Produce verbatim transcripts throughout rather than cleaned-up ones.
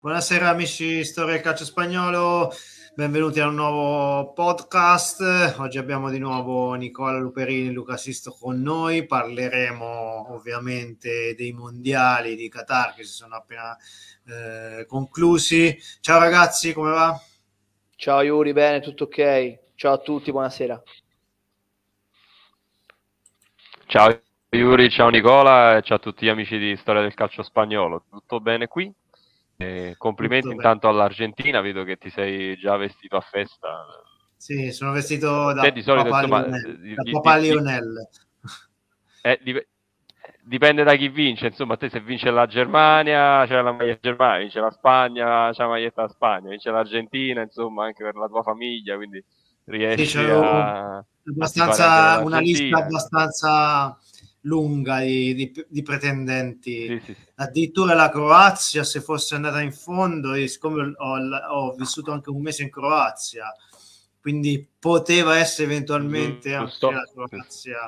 Buonasera amici Storia del Calcio Spagnolo, benvenuti a un nuovo podcast. Oggi abbiamo di nuovo Nicola Luperini e Luca Sisto con noi. Parleremo ovviamente dei mondiali di Qatar che si sono appena eh, conclusi. Ciao ragazzi, come va? Ciao Yuri, bene, tutto ok? Ciao a tutti, buonasera. Ciao Yuri, ciao Nicola e ciao a tutti gli amici di Storia del Calcio Spagnolo. Tutto bene qui? E complimenti Tutto bene. intanto all'Argentina, vedo che ti sei già vestito a festa. Sì, sono vestito da Te di solito, Papà insomma, Lionel. di, Da di, Papà di, di, Lionel. eh, dip- dipende da chi vince, insomma, te se vince la Germania c'è la maglietta Germania, vince la Spagna c'è la maglietta Spagna, vince l'Argentina, insomma, anche per la tua famiglia, quindi Sì, riesci c'avevo a, a tifare anche per abbastanza, una lista l'Argentina. abbastanza lunga di, di- di pretendenti. Sì, sì, sì. Addirittura la Croazia, se fosse andata in fondo, e siccome ho, ho vissuto anche un mese in Croazia, quindi poteva essere eventualmente anche la Giusto. Croazia.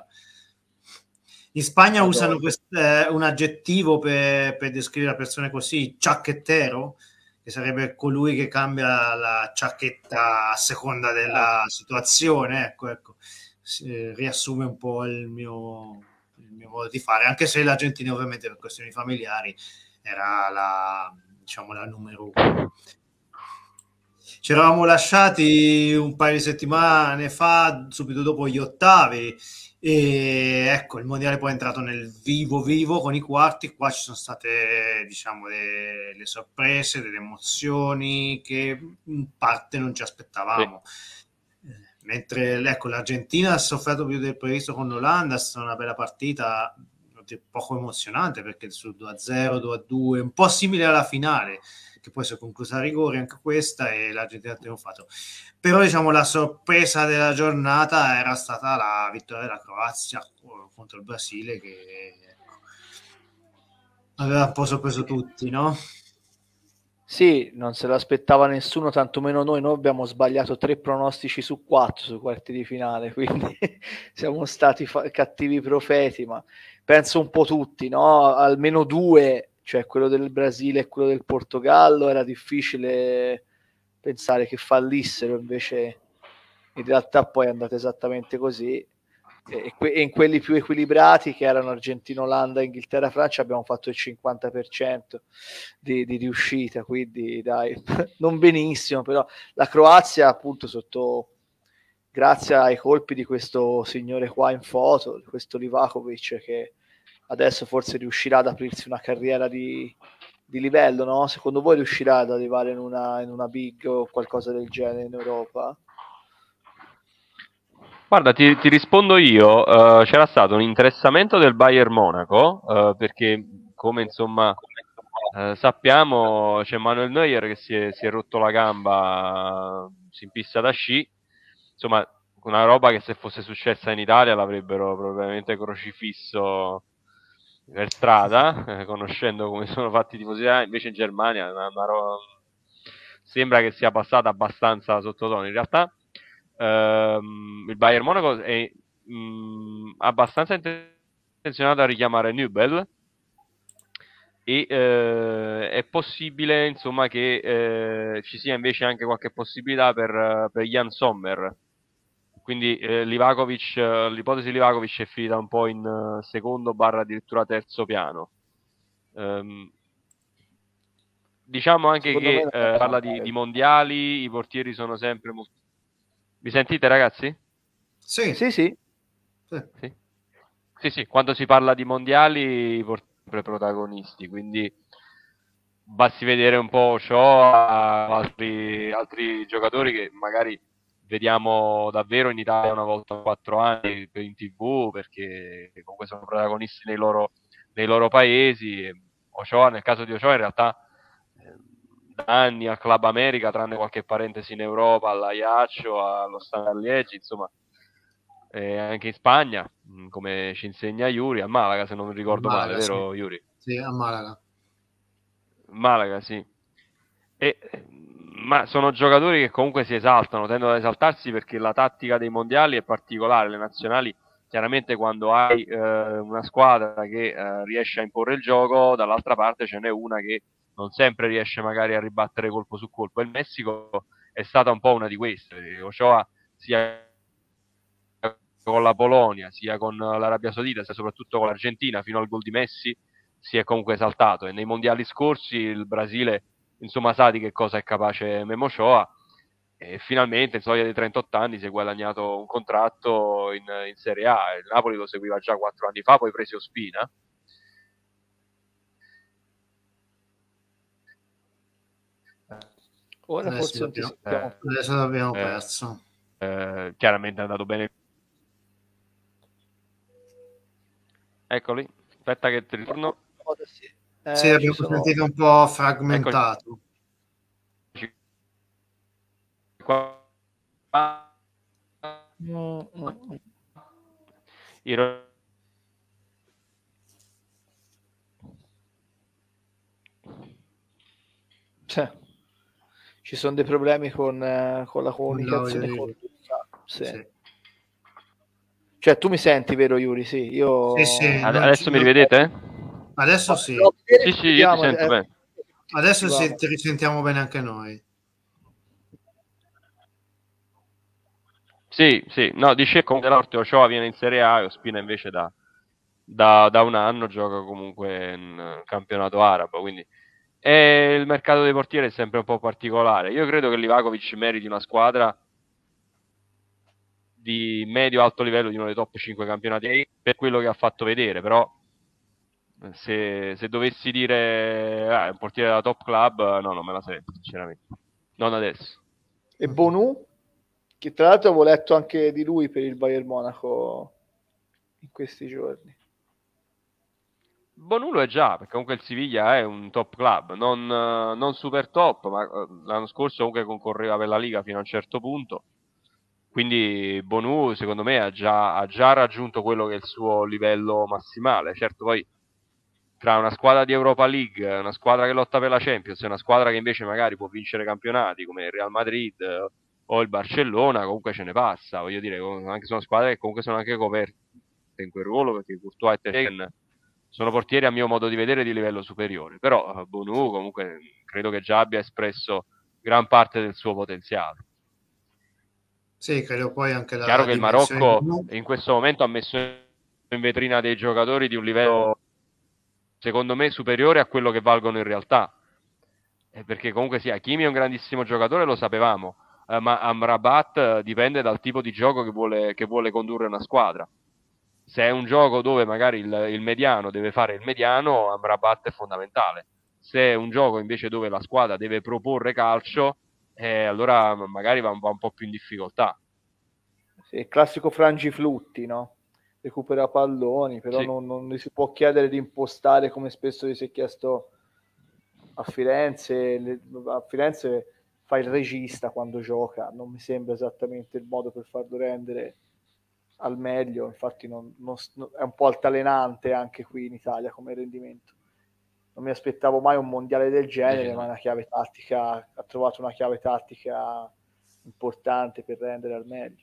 In Spagna usano Madonna. quest- eh, un aggettivo per, per descrivere persone così, ciacchettero, che sarebbe colui che cambia la giacchetta a seconda della situazione. Ecco, ecco. Si- riassume un po' il mio, il mio modo di fare, anche se l'Argentina ovviamente per questioni familiari era la, diciamo, la numero uno. Ci eravamo lasciati un paio di settimane fa, subito dopo gli ottavi, e ecco, il mondiale poi è entrato nel vivo vivo con i quarti. Qua ci sono state, diciamo, le, le sorprese, delle emozioni che in parte non ci Sì. aspettavamo. Eh, Mentre ecco, l'Argentina ha sofferto più del previsto con l'Olanda, è stata una bella partita, poco emozionante perché sul due a zero, due a due, un po' simile alla finale, che poi si è conclusa a rigore anche questa e l'Argentina ha trionfato. Però diciamo la sorpresa della giornata era stata la vittoria della Croazia contro il Brasile, che ecco, aveva un po' sorpreso tutti, no? Sì, non se l'aspettava nessuno, tantomeno noi. Noi abbiamo sbagliato tre pronostici su quattro sui quarti di finale, quindi siamo stati fa- cattivi profeti, ma penso un po' tutti, no? Almeno due, cioè quello del Brasile e quello del Portogallo, era difficile pensare che fallissero, invece in realtà poi è andata esattamente così. E, que- e in quelli più equilibrati, che erano Argentina, Olanda, Inghilterra, Francia, abbiamo fatto il cinquanta per cento di, di riuscita, quindi dai, non benissimo, però la Croazia appunto sotto, grazie ai colpi di questo signore qua in foto, questo Livakovic, che adesso forse riuscirà ad aprirsi una carriera di, di livello, no? Secondo voi riuscirà ad arrivare in una, in una big o qualcosa del genere in Europa? Guarda, ti, ti rispondo io. Eh, c'era stato un interessamento del Bayern Monaco, eh, perché come insomma eh, sappiamo c'è Manuel Neuer che si è, si è rotto la gamba eh, in pista da sci, insomma una roba che se fosse successa in Italia l'avrebbero probabilmente crocifisso per strada, eh, conoscendo come sono fatti i tifosi, invece in Germania è una, una ro- sembra che sia passata abbastanza sottotono. In realtà ehm, il Bayern Monaco è mh, abbastanza intenzionato a richiamare Nübel e eh, è possibile insomma che eh, ci sia invece anche qualche possibilità per, per Jan Sommer. Quindi eh, Livakovic, eh, l'ipotesi Livakovic è finita un po' in eh, secondo barra addirittura terzo piano. Ehm, diciamo anche Secondo me che non è eh, parla di, male. di mondiali, i portieri sono sempre molto... Mi sentite ragazzi? Sì, Sì, sì. sì. Sì. Sì, sì, quando si parla di mondiali, i portieri sono sempre protagonisti, quindi basti vedere un po' ciò a altri, altri giocatori che magari vediamo davvero in Italia una volta in quattro anni in tivù, perché comunque sono protagonisti nei loro, nei loro paesi. Ochoa, nel caso di Ochoa in realtà eh, da anni al Club America, tranne qualche parentesi in Europa, all'Ajaccio, allo Standard Liegi, insomma, eh, anche in Spagna, mh, come ci insegna Yuri, a Malaga se non mi A ricordo male, Malaga, sì. vero Yuri? Sì, a Malaga. Malaga, sì. E, ma sono giocatori che comunque si esaltano, tendono ad esaltarsi perché la tattica dei mondiali è particolare. Le nazionali, chiaramente, quando hai eh, una squadra che eh, riesce a imporre il gioco, dall'altra parte ce n'è una che non sempre riesce magari a ribattere colpo su colpo. Il Messico è stata un po' una di queste. Ochoa sia con la Polonia, sia con l'Arabia Saudita, sia soprattutto con l'Argentina, fino al gol di Messi, si è comunque esaltato. E nei mondiali scorsi il Brasile, insomma, sa di che cosa è capace Memo Ochoa, e finalmente in soglia dei trentotto anni si è guadagnato un contratto in, in Serie A. Il Napoli lo seguiva già quattro anni fa, poi prese Ospina. Ora Adesso forse non ti l'abbiamo, sentiamo eh, più. adesso l'abbiamo eh, perso. eh, chiaramente è andato bene. Eccoli, aspetta che ti ritorno. Ora sì. Eh, Sì, ci abbiamo sono... sentito un po' Eccoci fragmentato. qua. Mm, mm, mm. Il... Cioè, ci sono dei problemi con, eh, con la Con l'audio comunicazione di- con Luca. Sì. Sì. Cioè, tu mi senti, vero Yuri? Sì, io... Sì, sì, Ad- non adesso ci- mi non- rivedete? Adesso Ma- sì, no, vedere Sì, ci sì, io ti vediamo, sento eh, bene. adesso sì, sentivamo. ti risentiamo bene anche noi. Sì, sì, no, dice comunque l'Orte Ochoa viene in Serie A e Ospina invece da, da, da un anno gioca comunque in campionato arabo, quindi e il mercato dei portieri è sempre un po' particolare. Io credo che Livakovic meriti una squadra di medio-alto livello di uno dei top cinque campionati per quello che ha fatto vedere, però se, se dovessi dire ah, è un portiere da top club, no, non me la sento, sinceramente. Non adesso. E Bonu, che tra l'altro avevo letto anche di lui per il Bayern Monaco in questi giorni. Bonulo è già, perché comunque il Siviglia è un top club, non, non super top, ma l'anno scorso comunque concorreva per la Liga fino a un certo punto, quindi Bonu secondo me ha già, ha già raggiunto quello che è il suo livello massimale. Certo, poi tra una squadra di Europa League, una squadra che lotta per la Champions e una squadra che invece magari può vincere campionati come il Real Madrid eh, o il Barcellona, comunque ce ne passa, voglio dire, anche sono squadre che comunque sono anche coperte in quel ruolo, perché Courtois e Ter Stegen sono portieri a mio modo di vedere di livello superiore, però Bonu comunque credo che già abbia espresso gran parte del suo potenziale. Sì, credo poi anche la Chiaro che il dimensione Marocco di... in questo momento ha messo in vetrina dei giocatori di un livello secondo me superiore a quello che valgono in realtà, eh, perché comunque sì, Hakimi è un grandissimo giocatore, lo sapevamo, eh, ma Amrabat eh, dipende dal tipo di gioco che vuole, che vuole condurre una squadra. Se è un gioco dove magari il, il mediano deve fare il mediano, Amrabat è fondamentale. Se è un gioco invece dove la squadra deve proporre calcio, eh, allora magari va, va un po' più in difficoltà. Sì, il classico frangiflutti, no? Recupera palloni, però Sì. non, non gli si può chiedere di impostare come spesso gli si è chiesto a Firenze. Le, a Firenze fa il regista quando gioca, non mi sembra esattamente il modo per farlo rendere al meglio, infatti non, non, è un po' altalenante anche qui in Italia come rendimento. Non mi aspettavo mai un mondiale del genere, ma una chiave tattica, ha trovato una chiave tattica importante per rendere al meglio.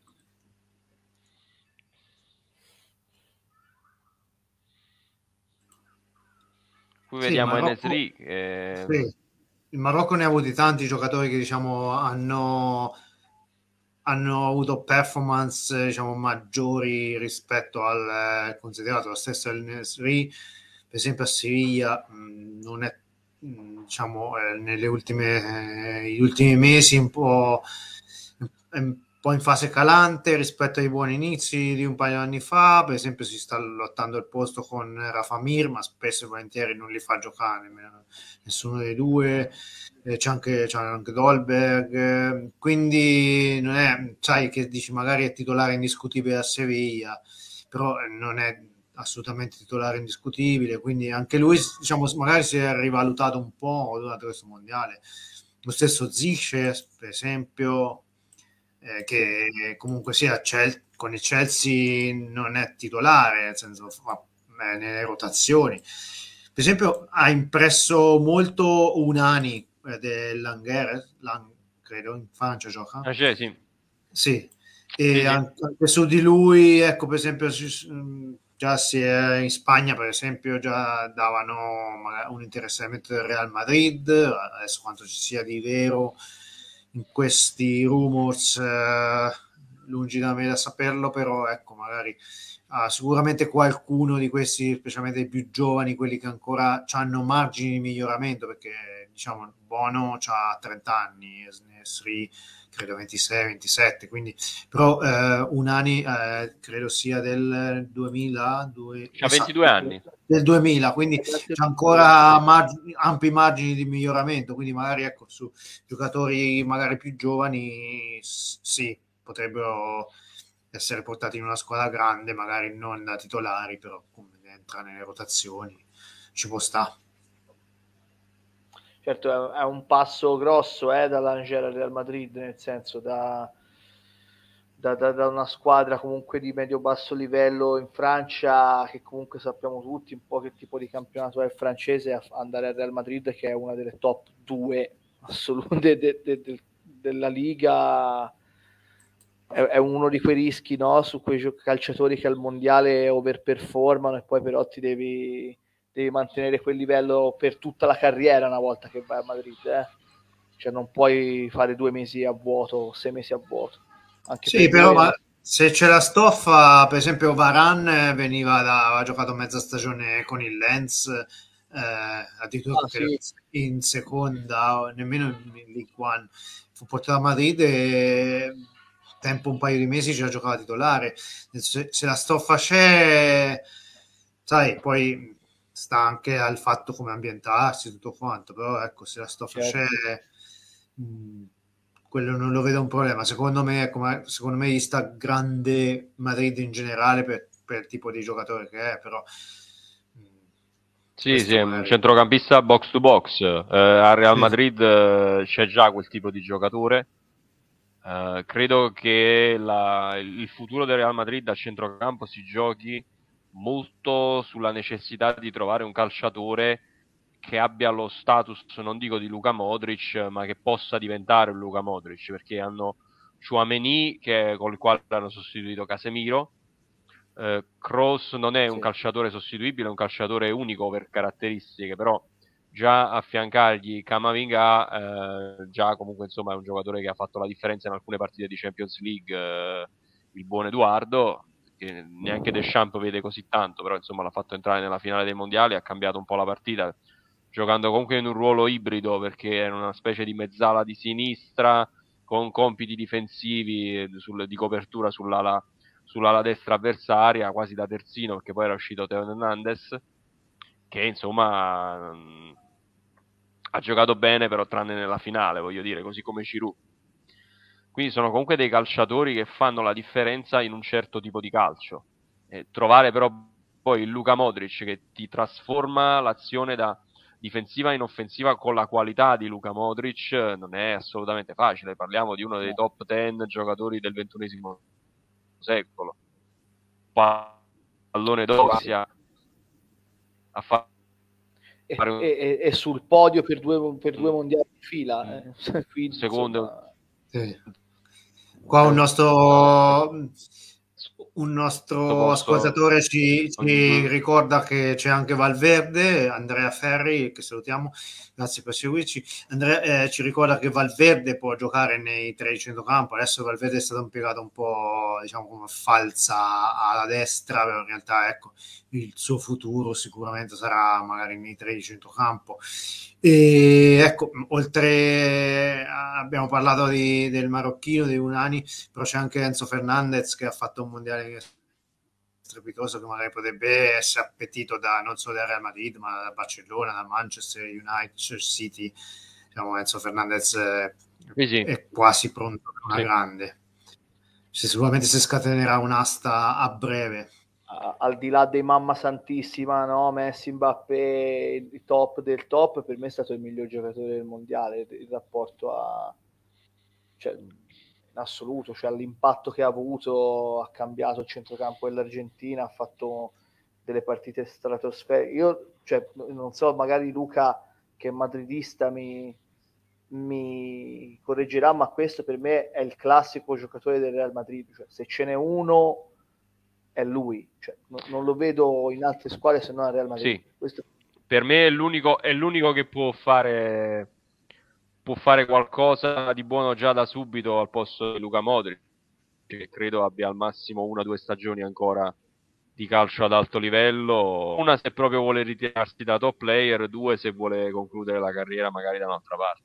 Qui Sì, vediamo Marocco... Enesri. Eh... Sì. Il Marocco ne ha avuti tanti giocatori che diciamo hanno, hanno avuto performance diciamo maggiori rispetto al eh, considerato lo stesso El Nesri, per esempio a Siviglia mh, non è mh, diciamo eh, nelle ultime eh, gli ultimi mesi un po' un po' in fase calante rispetto ai buoni inizi di un paio di anni fa. Per esempio si sta lottando il posto con Rafa Mir, ma spesso e volentieri non li fa giocare nessuno dei due. Eh, c'è anche, c'è anche Dolberg, eh, quindi non è, sai che dici magari è titolare indiscutibile a Sevilla, però non è assolutamente titolare indiscutibile, quindi anche lui diciamo magari si è rivalutato un po' durante questo mondiale. Lo stesso Ziyech per esempio, eh, che comunque sia Chel- con il Chelsea non è titolare, nel senso fa eh, nelle rotazioni. Per esempio ha impresso molto Unani eh, dell'Angers, Lang, credo in Francia gioca. Ah, sì. Sì, e sì, anche, anche su di lui, ecco per esempio già si è, in Spagna per esempio già davano un interessamento del Real Madrid, adesso quanto ci sia di vero in questi rumors, eh, lungi da me da saperlo, però ecco, magari ah, sicuramente qualcuno di questi, specialmente i più giovani, quelli che ancora hanno margini di miglioramento, perché diciamo Bono ha trenta anni, Sri credo ventisei ventisette, quindi però eh, Unani eh, credo sia del duemila, due, C'ha ventidue esatto, anni. del duemila, quindi c'è ancora margini, ampi margini di miglioramento, quindi magari ecco su giocatori magari più giovani sì, potrebbero essere portati in una squadra grande, magari non da titolari, però come entra nelle rotazioni ci può stare. Certo, è un passo grosso eh, dall'Angela al Real Madrid, nel senso da, da, da, da una squadra comunque di medio-basso livello in Francia, che comunque sappiamo tutti un po' che tipo di campionato è il francese, a andare al Real Madrid, che è una delle top due assolute de, de, de, della Liga. È, è uno di quei rischi, no? Su quei calciatori che al mondiale overperformano e poi però ti devi devi mantenere quel livello per tutta la carriera una volta che vai a Madrid, eh? Cioè non puoi fare due mesi a vuoto, sei mesi a vuoto. Anche sì, per però due... ma se c'è la stoffa, per esempio Varane veniva da, ha giocato mezza stagione con il Lens, eh, addirittura Ah, sì. in seconda, nemmeno in League One, fu portato a Madrid e tempo un paio di mesi ci ha giocato titolare. Se, se la stoffa c'è, sai, poi sta anche al fatto come ambientarsi, tutto quanto, però ecco, se la stoffa certo. c'è, mh, quello non lo vedo un problema. Secondo me, ecco, secondo me gli sta grande Madrid in generale per, per il tipo di giocatore che è, però sì, sì, è un centrocampista box to box. Eh, a Real Madrid eh, c'è già quel tipo di giocatore. Eh, credo che la, il futuro del Real Madrid a centrocampo si giochi molto sulla necessità di trovare un calciatore che abbia lo status, non dico di Luka Modric, ma che possa diventare un Luka Modric, perché hanno Tchouaméni, che, con il quale hanno sostituito Casemiro. Uh, Kroos non è un sì. calciatore sostituibile, è un calciatore unico per caratteristiche, però già affiancargli Camavinga eh, già comunque insomma è un giocatore che ha fatto la differenza in alcune partite di Champions League, eh, il buon Edoardo, che neanche Deschamps vede così tanto, però insomma l'ha fatto entrare nella finale dei mondiali, ha cambiato un po' la partita, giocando comunque in un ruolo ibrido, perché era una specie di mezzala di sinistra con compiti difensivi sul, di copertura sull'ala sull'ala destra avversaria, quasi da terzino, perché poi era uscito Teo Hernandez, che insomma mh, ha giocato bene, però tranne nella finale, voglio dire, così come Giroud. Quindi sono comunque dei calciatori che fanno la differenza in un certo tipo di calcio. E trovare però poi il Luka Modric che ti trasforma l'azione da difensiva in offensiva con la qualità di Luka Modric non è assolutamente facile. Parliamo di uno dei top dieci giocatori del ventunesimo secolo, pallone d'Ossia a fare e, e, e sul podio per due, per due mondiali in fila, eh. Quindi, secondo sì. Qua un nostro un nostro ascoltatore ci, ci ricorda che c'è anche Valverde, Andrea Ferri, che salutiamo, grazie per seguirci. Andrea eh, ci ricorda che Valverde può giocare nei tre di centrocampo. Adesso Valverde è stato impiegato un po', diciamo, come falsa alla destra, però in realtà ecco, il suo futuro sicuramente sarà magari nei tre di centrocampo. E ecco, oltre a, abbiamo parlato di, del marocchino, di Unani, però c'è anche Enzo Fernandez che ha fatto un mondiale strepitoso, che magari potrebbe essere appetito da non solo da Real Madrid, ma da Barcellona, da Manchester United, City. Diciamo, Enzo Fernandez è, sì, sì. è quasi pronto per una sì. grande. Cioè, sicuramente si scatenerà un'asta a breve. Al di là dei mamma santissima, no? Messi, Mbappé, il top del top, per me è stato il miglior giocatore del mondiale, il rapporto a, cioè, in assoluto, cioè l'impatto che ha avuto, ha cambiato il centrocampo dell'Argentina, ha fatto delle partite stratosferiche. Io, cioè, non so, magari Luca, che è madridista, mi, mi correggerà, ma questo per me è il classico giocatore del Real Madrid. Cioè, se ce n'è uno è lui, cioè, no, non lo vedo in altre squadre se non a Real Madrid. Sì. Questo... Per me è l'unico, è l'unico che può fare può fare qualcosa di buono già da subito al posto di Luka Modric, che credo abbia al massimo una o due stagioni ancora di calcio ad alto livello, una se proprio vuole ritirarsi da top player, due se vuole concludere la carriera magari da un'altra parte.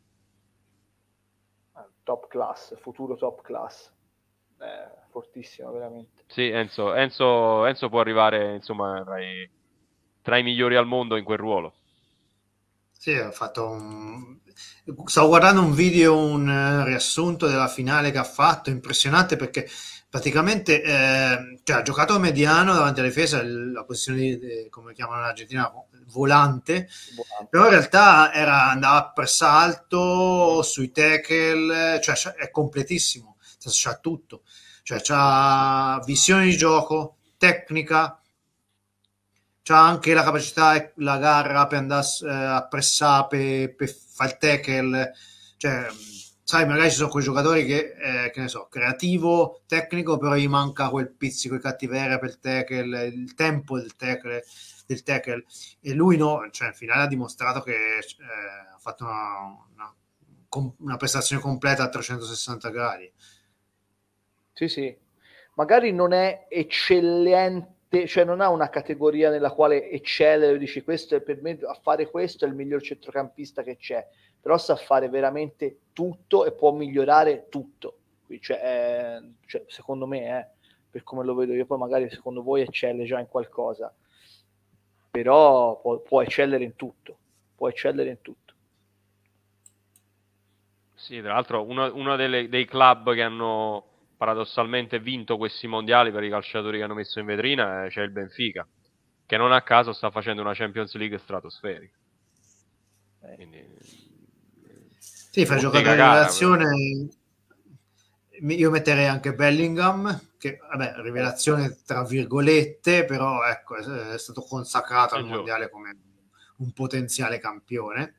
Top class, futuro top class, eh, fortissimo veramente. Sì, Enzo, Enzo, Enzo può arrivare insomma tra i, tra i migliori al mondo in quel ruolo. Sì, ho fatto un... Stavo guardando un video, un eh, riassunto della finale che ha fatto, impressionante perché praticamente eh, cioè, ha giocato mediano davanti alla difesa, il- la posizione di, di- come chiamano in Argentina, volante, però in realtà era, andava a press alto, sui tackle, cioè c'ha- è completissimo, cioè, c'ha tutto, cioè c'ha visione di gioco, tecnica, c'ha anche la capacità, la garra per andare eh, a pressare, per, per fare il tackle, cioè, sai, magari ci sono quei giocatori che, eh, che ne so, creativo, tecnico, però gli manca quel pizzico di cattiveria per il tackle, il tempo del tackle, del tackle. E lui no, cioè, in finale ha dimostrato che eh, ha fatto una, una, una prestazione completa a trecentosessanta gradi. Sì, sì, magari non è eccellente, cioè non ha una categoria nella quale eccelle, dici questo è per me, a fare questo è il miglior centrocampista che c'è, però sa fare veramente tutto e può migliorare tutto, cioè, eh, cioè, secondo me, eh, per come lo vedo io, poi magari secondo voi eccelle già in qualcosa, però può, può eccellere in tutto, può eccellere in tutto. Sì, tra l'altro uno, uno delle, dei club che hanno paradossalmente vinto questi mondiali per i calciatori che hanno messo in vetrina c'è il Benfica, che non a caso sta facendo una Champions League stratosferica. Quindi, sì, fa giocatore di rivelazione. Io metterei anche Bellingham, che vabbè, rivelazione tra virgolette, però ecco, è stato consacrato al mondiale come un potenziale campione.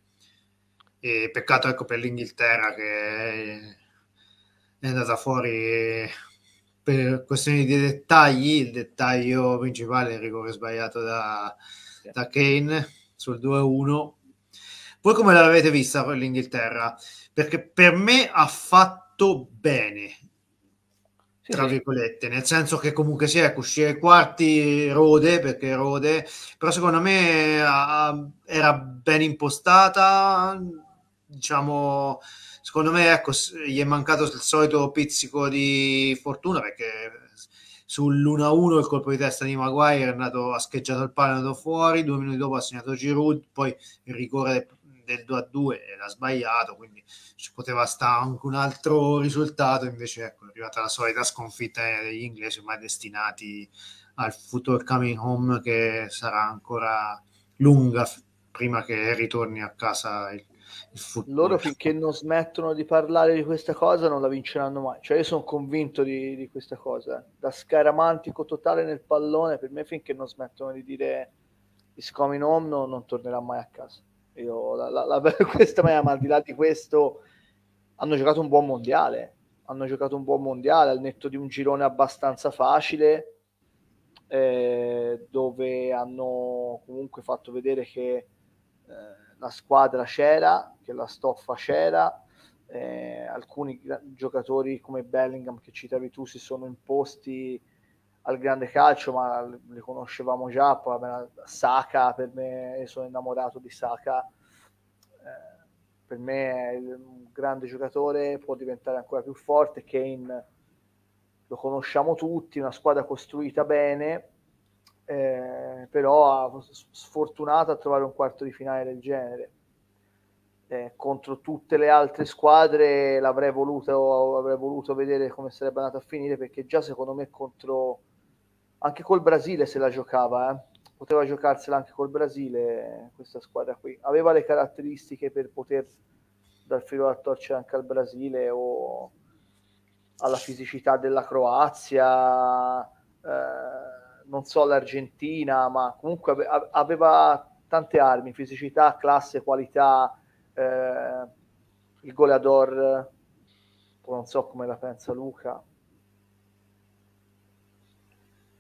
E peccato ecco per l'Inghilterra che è andata fuori per questioni di dettagli. Il dettaglio principale è il rigore sbagliato da, da Kane sul due a uno. Voi come l'avete vista per l'Inghilterra? Perché per me ha fatto bene, tra sì, virgolette, nel senso che comunque sia ecco, uscire ai quarti rode, perché rode, però secondo me a, era ben impostata, diciamo, secondo me ecco, gli è mancato il solito pizzico di fortuna, perché sull'uno a uno il colpo di testa di Maguire è andato, ha scheggiato il palo, è andato fuori, due minuti dopo ha segnato Giroud, poi il rigore del, del due a due l'ha sbagliato, quindi ci poteva stare anche un altro risultato, invece ecco, è arrivata la solita sconfitta degli inglesi ormai destinati al futuro coming home che sarà ancora lunga f- prima che ritorni a casa il, il football. Loro finché non smettono di parlare di questa cosa non la vinceranno mai, cioè io sono convinto di, di questa cosa, da scaramantico totale nel pallone, per me finché non smettono di dire is coming home no, non tornerà mai a casa. Io, la, la, la, questa ma al di là di questo hanno giocato un buon mondiale, hanno giocato un buon mondiale al netto di un girone abbastanza facile, eh, dove hanno comunque fatto vedere che eh, la squadra c'era, che la stoffa c'era, eh, alcuni giocatori come Bellingham che citavi tu si sono imposti al grande calcio, ma li conoscevamo già. Poi Saka, per me, sono innamorato di Saka, eh, per me è un grande giocatore, può diventare ancora più forte. Kane lo conosciamo tutti, una squadra costruita bene, eh, però sfortunata a trovare un quarto di finale del genere. Eh, contro tutte le altre squadre l'avrei voluto, avrei voluto vedere come sarebbe andato a finire, perché già secondo me contro anche col Brasile se la giocava, eh. Poteva giocarsela anche col Brasile questa squadra qui, aveva le caratteristiche per poter dar filo alla torcia anche al Brasile o alla fisicità della Croazia, eh, non so l'Argentina, ma comunque ave- aveva tante armi, fisicità, classe, qualità, eh, il goleador, non so come la pensa Luca.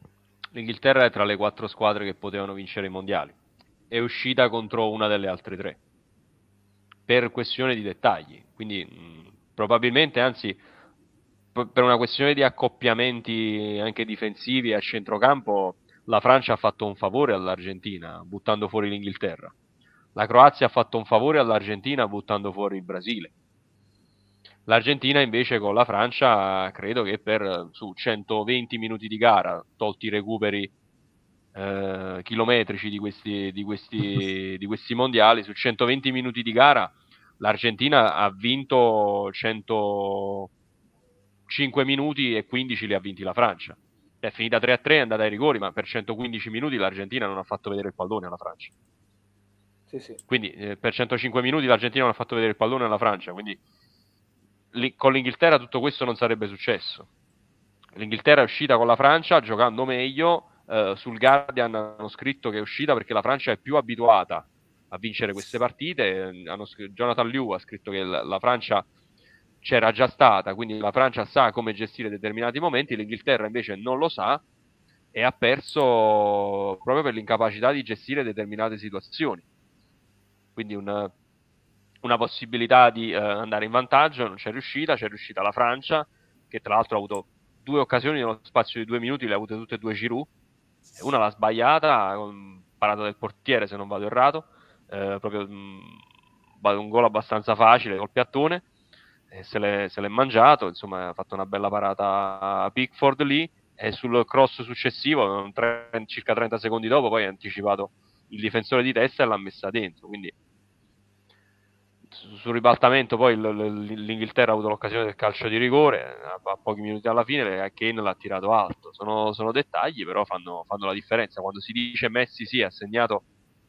l'Inghilterra è tra le quattro squadre che potevano vincere i mondiali, è uscita contro una delle altre tre per questione di dettagli, quindi mh, probabilmente, anzi p- per una questione di accoppiamenti anche difensivi a centrocampo, la Francia ha fatto un favore all'Argentina buttando fuori l'Inghilterra, la Croazia ha fatto un favore all'Argentina buttando fuori il Brasile. L'Argentina invece con la Francia credo che per su centoventi minuti di gara, tolti i recuperi eh, chilometrici di questi, di, questi, di questi mondiali, su centoventi minuti di gara l'Argentina ha vinto centocinque minuti e quindici li ha vinti la Francia. È finita tre a tre, è andata ai rigori, ma per centoquindici minuti l'Argentina non ha fatto vedere il pallone alla Francia. Sì, sì. Quindi eh, per centocinque minuti l'Argentina non ha fatto vedere il pallone alla Francia, quindi li, con l'Inghilterra tutto questo non sarebbe successo. L'Inghilterra è uscita con la Francia giocando meglio. Uh, sul Guardian hanno scritto che è uscita perché la Francia è più abituata a vincere queste partite. Hanno scr- Jonathan Liu ha scritto che l- la Francia c'era già stata, quindi la Francia sa come gestire determinati momenti, l'Inghilterra invece non lo sa e ha perso proprio per l'incapacità di gestire determinate situazioni. Quindi una, una possibilità di uh, andare in vantaggio non c'è riuscita, c'è riuscita la Francia, che tra l'altro ha avuto due occasioni nello spazio di due minuti, le ha avute tutte e due Giroud. Una l'ha sbagliata, parata del portiere se non vado errato, eh, proprio mh, un gol abbastanza facile col piattone, e se, l'è, se l'è mangiato, insomma ha fatto una bella parata a Pickford lì, e sul cross successivo, tre, circa trenta secondi dopo, poi ha anticipato il difensore di testa e l'ha messa dentro, quindi sul ribaltamento poi l'Inghilterra ha avuto l'occasione del calcio di rigore a pochi minuti alla fine, Kane l'ha tirato alto. Sono, sono dettagli, però fanno, fanno la differenza. Quando si dice Messi sì, ha segnato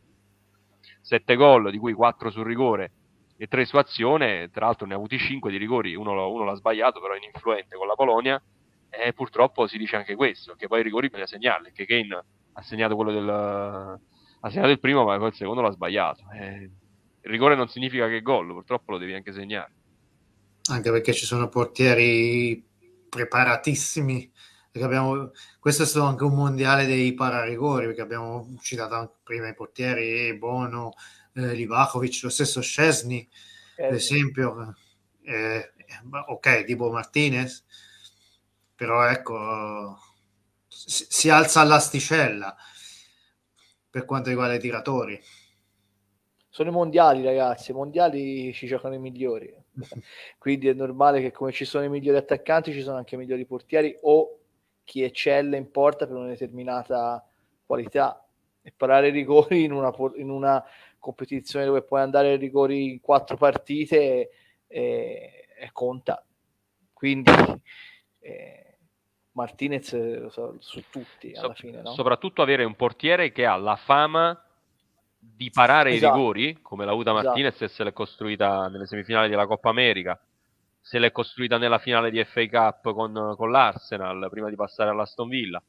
sette gol, di cui quattro sul rigore e tre su azione, tra l'altro ne ha avuti cinque di rigori, uno, uno l'ha sbagliato però ininfluente con la Polonia, e purtroppo si dice anche questo, che poi i rigori bisogna segnarli, che Kane ha segnato quello del ha segnato il primo, ma poi il secondo l'ha sbagliato. Eh, il rigore non significa che è gol, purtroppo lo devi anche segnare. Anche perché ci sono portieri preparatissimi. Perché abbiamo, questo è stato anche un mondiale dei pararigori, perché abbiamo citato anche prima i portieri Bono, eh, Livakovic, lo stesso Szczesny, per esempio. Eh, ok, Dibu Martinez, però ecco, si, si alza all'asticella per quanto riguarda i tiratori. Sono i mondiali, ragazzi, i mondiali ci giocano i migliori, quindi è normale che come ci sono i migliori attaccanti ci sono anche i migliori portieri o chi eccelle in porta per una determinata qualità, e parare i rigori in una, in una competizione dove puoi andare ai rigori in quattro partite e, e conta, quindi eh, Martinez lo so, su tutti alla so, fine, no? Soprattutto avere un portiere che ha la fama di parare esatto. i rigori, come l'ha avuta Martinez, esatto. E se l'è costruita nelle semifinali della Coppa America, se l'è costruita nella finale di F A Cup con, con l'Arsenal prima di passare all'Aston Villa,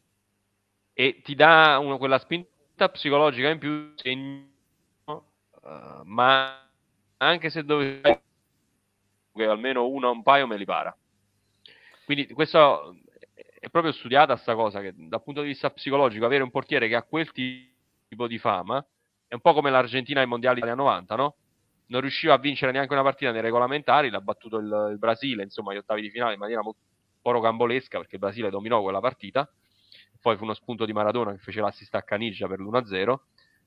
e ti dà una, quella spinta psicologica in più, uh, ma anche se dove almeno uno un paio me li para. Quindi questo è proprio studiata sta cosa, che dal punto di vista psicologico avere un portiere che ha quel tipo di fama è un po' come l'Argentina ai mondiali degli anni novanta, no? Non riusciva a vincere neanche una partita nei regolamentari, l'ha battuto il, il Brasile, insomma, agli ottavi di finale in maniera un po' rocambolesca, perché il Brasile dominò quella partita, poi fu uno spunto di Maradona che fece l'assist a Caniggia per l'uno a zero,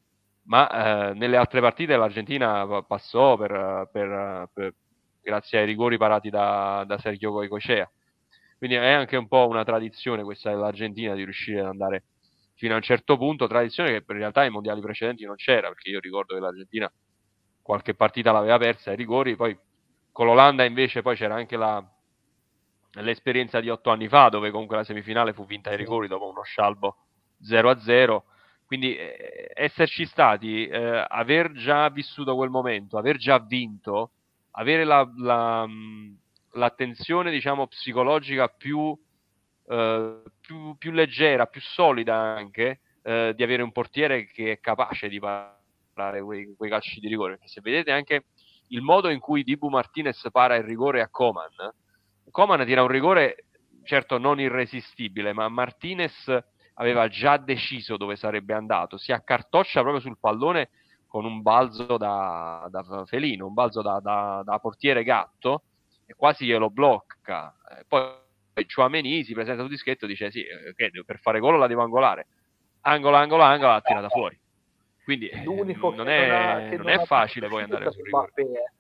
ma eh, nelle altre partite l'Argentina passò per, per, per, grazie ai rigori parati da, da Sergio Goycochea. Quindi è anche un po' una tradizione questa dell'Argentina di riuscire ad andare fino a un certo punto, tradizione che in realtà ai mondiali precedenti non c'era, perché io ricordo che l'Argentina qualche partita l'aveva persa ai rigori, poi con l'Olanda invece poi c'era anche la, l'esperienza di otto anni fa, dove comunque la semifinale fu vinta ai rigori dopo uno scialbo zero a zero, quindi eh, esserci stati, eh, aver già vissuto quel momento, aver già vinto, avere la, la, l'attenzione diciamo psicologica più, eh, più, più leggera, più solida anche, eh, di avere un portiere che è capace di parare quei, quei calci di rigore, perché se vedete anche il modo in cui Dibu Martinez para il rigore a Coman, Coman tira un rigore certo non irresistibile, ma Martinez aveva già deciso dove sarebbe andato, si accartoccia proprio sul pallone con un balzo da, da felino, un balzo da, da, da portiere gatto, e quasi glielo blocca. Eh, poi Tchouaméni si presenta sul dischetto e dice sì, okay, per fare gol la devo angolare, angola, angola, angola, l'ha tirata fuori. Quindi l'unico non che è, non, ha, che non non è ha facile poi andare sul rigore.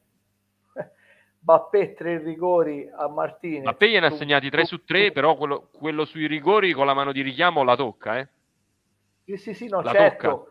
Bappé tre rigori a Martinez. Bappé gliene ha segnati tre su tre, però quello, quello sui rigori con la mano di richiamo la tocca, eh? Sì, sì, sì, no, la certo. tocca.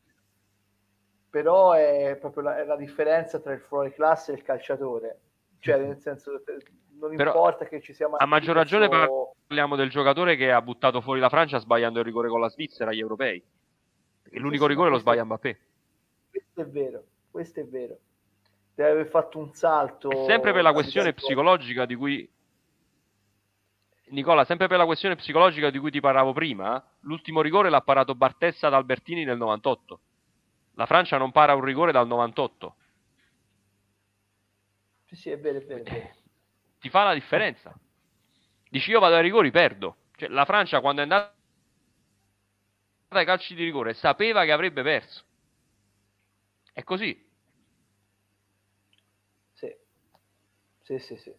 Però è proprio la, è la differenza tra il fuori classe e il calciatore. Cioè, nel senso, non Però, importa che ci sia a maggior ragione o... parliamo del giocatore che ha buttato fuori la Francia sbagliando il rigore con la Svizzera agli europei. E l'unico sì, sì, rigore no, lo sbaglia è... Mbappé. Questo è vero, questo è vero. Deve aver fatto un salto. E sempre per la questione psicologica di cui Nicola, sempre per la questione psicologica di cui ti parlavo prima, l'ultimo rigore l'ha parato Bartessa ad Albertini nel novantotto. La Francia non para un rigore dal novantotto. Sì, sì, è vero, è vero, è vero. Ti fa la differenza. Dici io vado ai rigori, perdo. Cioè, la Francia quando è andata ai calci di rigore sapeva che avrebbe perso. È così. Sì, sì, sì, sì.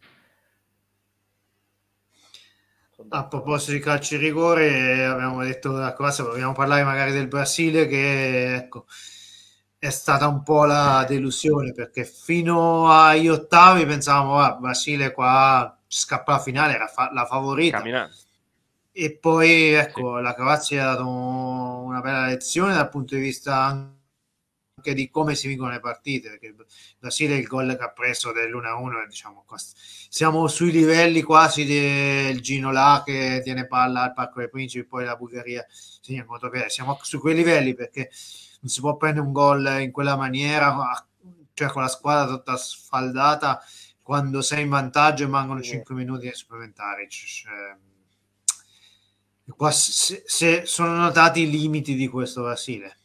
A proposito di calci di rigore, abbiamo detto la cosa, vogliamo parlare magari del Brasile, che ecco, è stata un po' la delusione, perché fino agli ottavi pensavamo, ah, Brasile qua scappa la finale, era fa- la favorita. Camminando. E poi ecco, sì. La Croazia ha dato una bella lezione dal punto di vista anche di come si vincono le partite, perché il Brasile, il gol che ha preso dell'uno a uno, diciamo, siamo sui livelli quasi del Gino là che tiene palla al Parco dei Principi, poi la Bulgaria segna in contropiede, siamo su quei livelli, perché non si può prendere un gol in quella maniera, cioè con la squadra tutta sfaldata, quando sei in vantaggio e mancano sì. cinque minuti supplementari. Cioè, qua se, se sono notati i limiti di questo Brasile.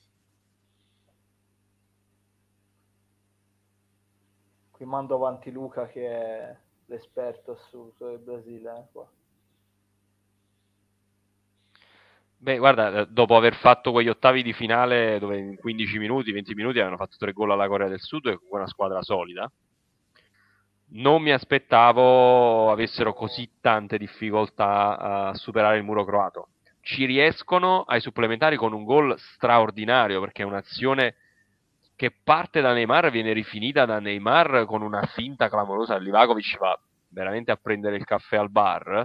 Qui mando avanti Luca che è l'esperto assoluto del Brasile. Eh, qua. Beh, guarda, dopo aver fatto quegli ottavi di finale dove in quindici minuti, venti minuti avevano fatto tre gol alla Corea del Sud e con una squadra solida, non mi aspettavo avessero così tante difficoltà a superare il muro croato. Ci riescono ai supplementari con un gol straordinario, perché è un'azione che parte da Neymar, viene rifinita da Neymar con una finta clamorosa. Livakovic va veramente a prendere il caffè al bar,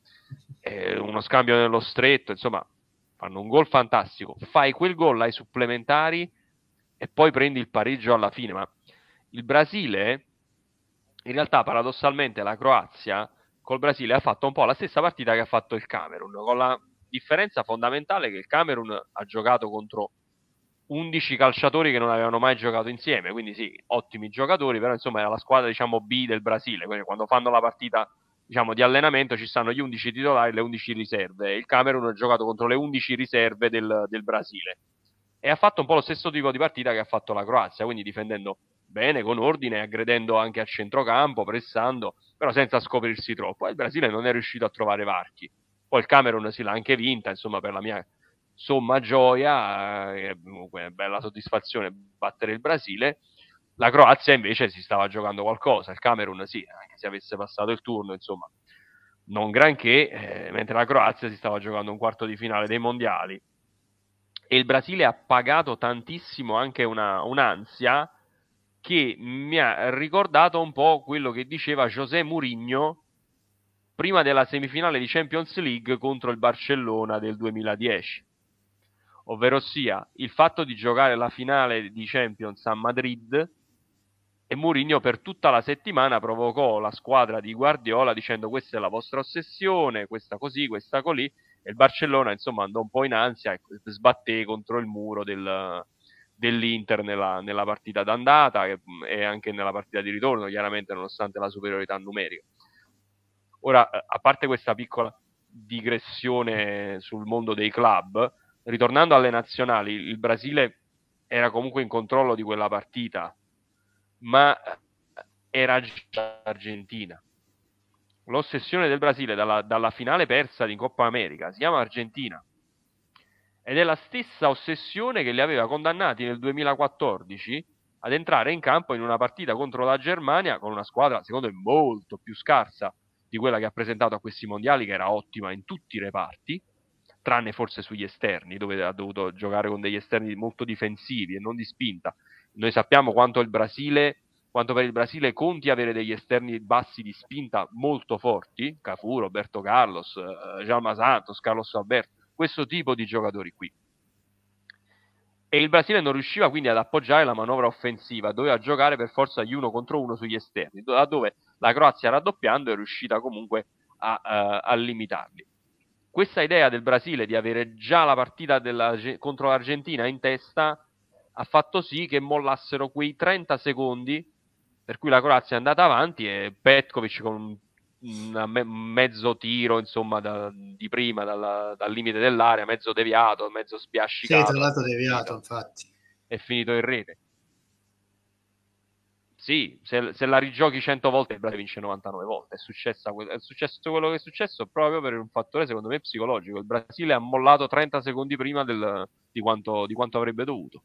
eh, uno scambio nello stretto, insomma, fanno un gol fantastico. Fai quel gol ai supplementari e poi prendi il pareggio alla fine. Ma il Brasile, in realtà, paradossalmente, la Croazia col Brasile ha fatto un po' la stessa partita che ha fatto il Camerun, con la differenza fondamentale che il Camerun ha giocato contro undici calciatori che non avevano mai giocato insieme, quindi sì, ottimi giocatori, però insomma era la squadra, diciamo, B del Brasile, quindi quando fanno la partita, diciamo, di allenamento ci stanno gli undici titolari e le undici riserve. Il Camerun ha giocato contro le undici riserve del, del Brasile e ha fatto un po' lo stesso tipo di partita che ha fatto la Croazia, quindi difendendo bene, con ordine, aggredendo anche a centrocampo, pressando, però senza scoprirsi troppo. E il Brasile non è riuscito a trovare varchi. Poi il Camerun si l'ha anche vinta, insomma, per la mia somma gioia, eh, comunque bella soddisfazione battere il Brasile. La Croazia invece si stava giocando qualcosa, il Camerun sì, anche se avesse passato il turno, insomma, non granché, eh, mentre la Croazia si stava giocando un quarto di finale dei mondiali. E il Brasile ha pagato tantissimo anche una, un'ansia che mi ha ricordato un po' quello che diceva José Mourinho prima della semifinale di Champions League contro il Barcellona del duemiladieci, ovvero sia il fatto di giocare la finale di Champions a Madrid, e Mourinho per tutta la settimana provocò la squadra di Guardiola dicendo questa è la vostra ossessione, questa così, questa così, e il Barcellona insomma andò un po' in ansia e sbatté contro il muro del, dell'Inter nella, nella partita d'andata e, e anche nella partita di ritorno, chiaramente nonostante la superiorità numerica. Ora, a parte questa piccola digressione sul mondo dei club, ritornando alle nazionali, il Brasile era comunque in controllo di quella partita, ma era già Argentina. L'ossessione del Brasile dalla, dalla finale persa di Coppa America si chiama Argentina. ed è la stessa ossessione che li aveva condannati nel duemilaquattordici ad entrare in campo in una partita contro la Germania con una squadra secondo me molto più scarsa di quella che ha presentato a questi mondiali, che era ottima in tutti i reparti, tranne forse sugli esterni, dove ha dovuto giocare con degli esterni molto difensivi e non di spinta. Noi sappiamo quanto il Brasile, quanto per il Brasile conti avere degli esterni bassi di spinta molto forti, Cafu, Roberto Carlos, eh, Jalma Santos, Carlos Alberto, questo tipo di giocatori qui. E il Brasile non riusciva quindi ad appoggiare la manovra offensiva, doveva giocare per forza gli uno contro uno sugli esterni, da dove la Croazia raddoppiando è riuscita comunque a, a, a limitarli. Questa idea del Brasile di avere già la partita della, contro l'Argentina in testa ha fatto sì che mollassero quei trenta secondi per cui la Croazia è andata avanti e Petkovic con un me- mezzo tiro insomma da, di prima dalla, dal limite dell'area, mezzo deviato, mezzo spiascicato, sì, tra l'altro deviato, infatti è finito in rete. Sì, se, se la rigiochi cento volte il Brasile vince novantanove volte. È successo, è successo quello che è successo proprio per un fattore secondo me psicologico. Il Brasile ha mollato trenta secondi prima del, di, quanto, di quanto avrebbe dovuto.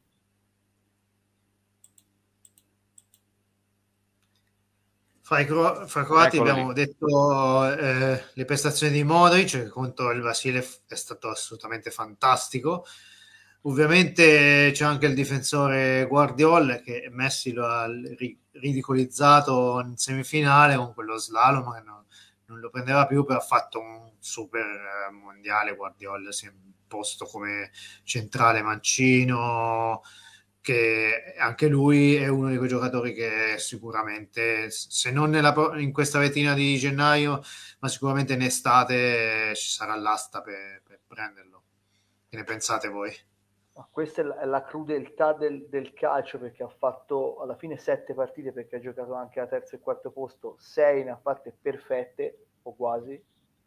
Fra i, cro- fra i croati Eccolo abbiamo lì. detto eh, le prestazioni di Modric, che contro il Brasile è stato assolutamente fantastico. Ovviamente c'è anche il difensore Guardiola, che Messi lo ha ri- ridicolizzato in semifinale con quello slalom, che non, non lo prendeva più, però ha fatto un super eh, mondiale. Guardiola si è posto come centrale mancino, che anche lui è uno di quei giocatori che sicuramente, se non nella, in questa vetrina di gennaio, ma sicuramente in estate ci sarà l'asta per, per prenderlo. Che ne pensate voi? Questa è la, è la crudeltà del, del calcio, perché ha fatto alla fine sette partite, perché ha giocato anche a terzo e quarto posto, sei ne ha fatte perfette o quasi,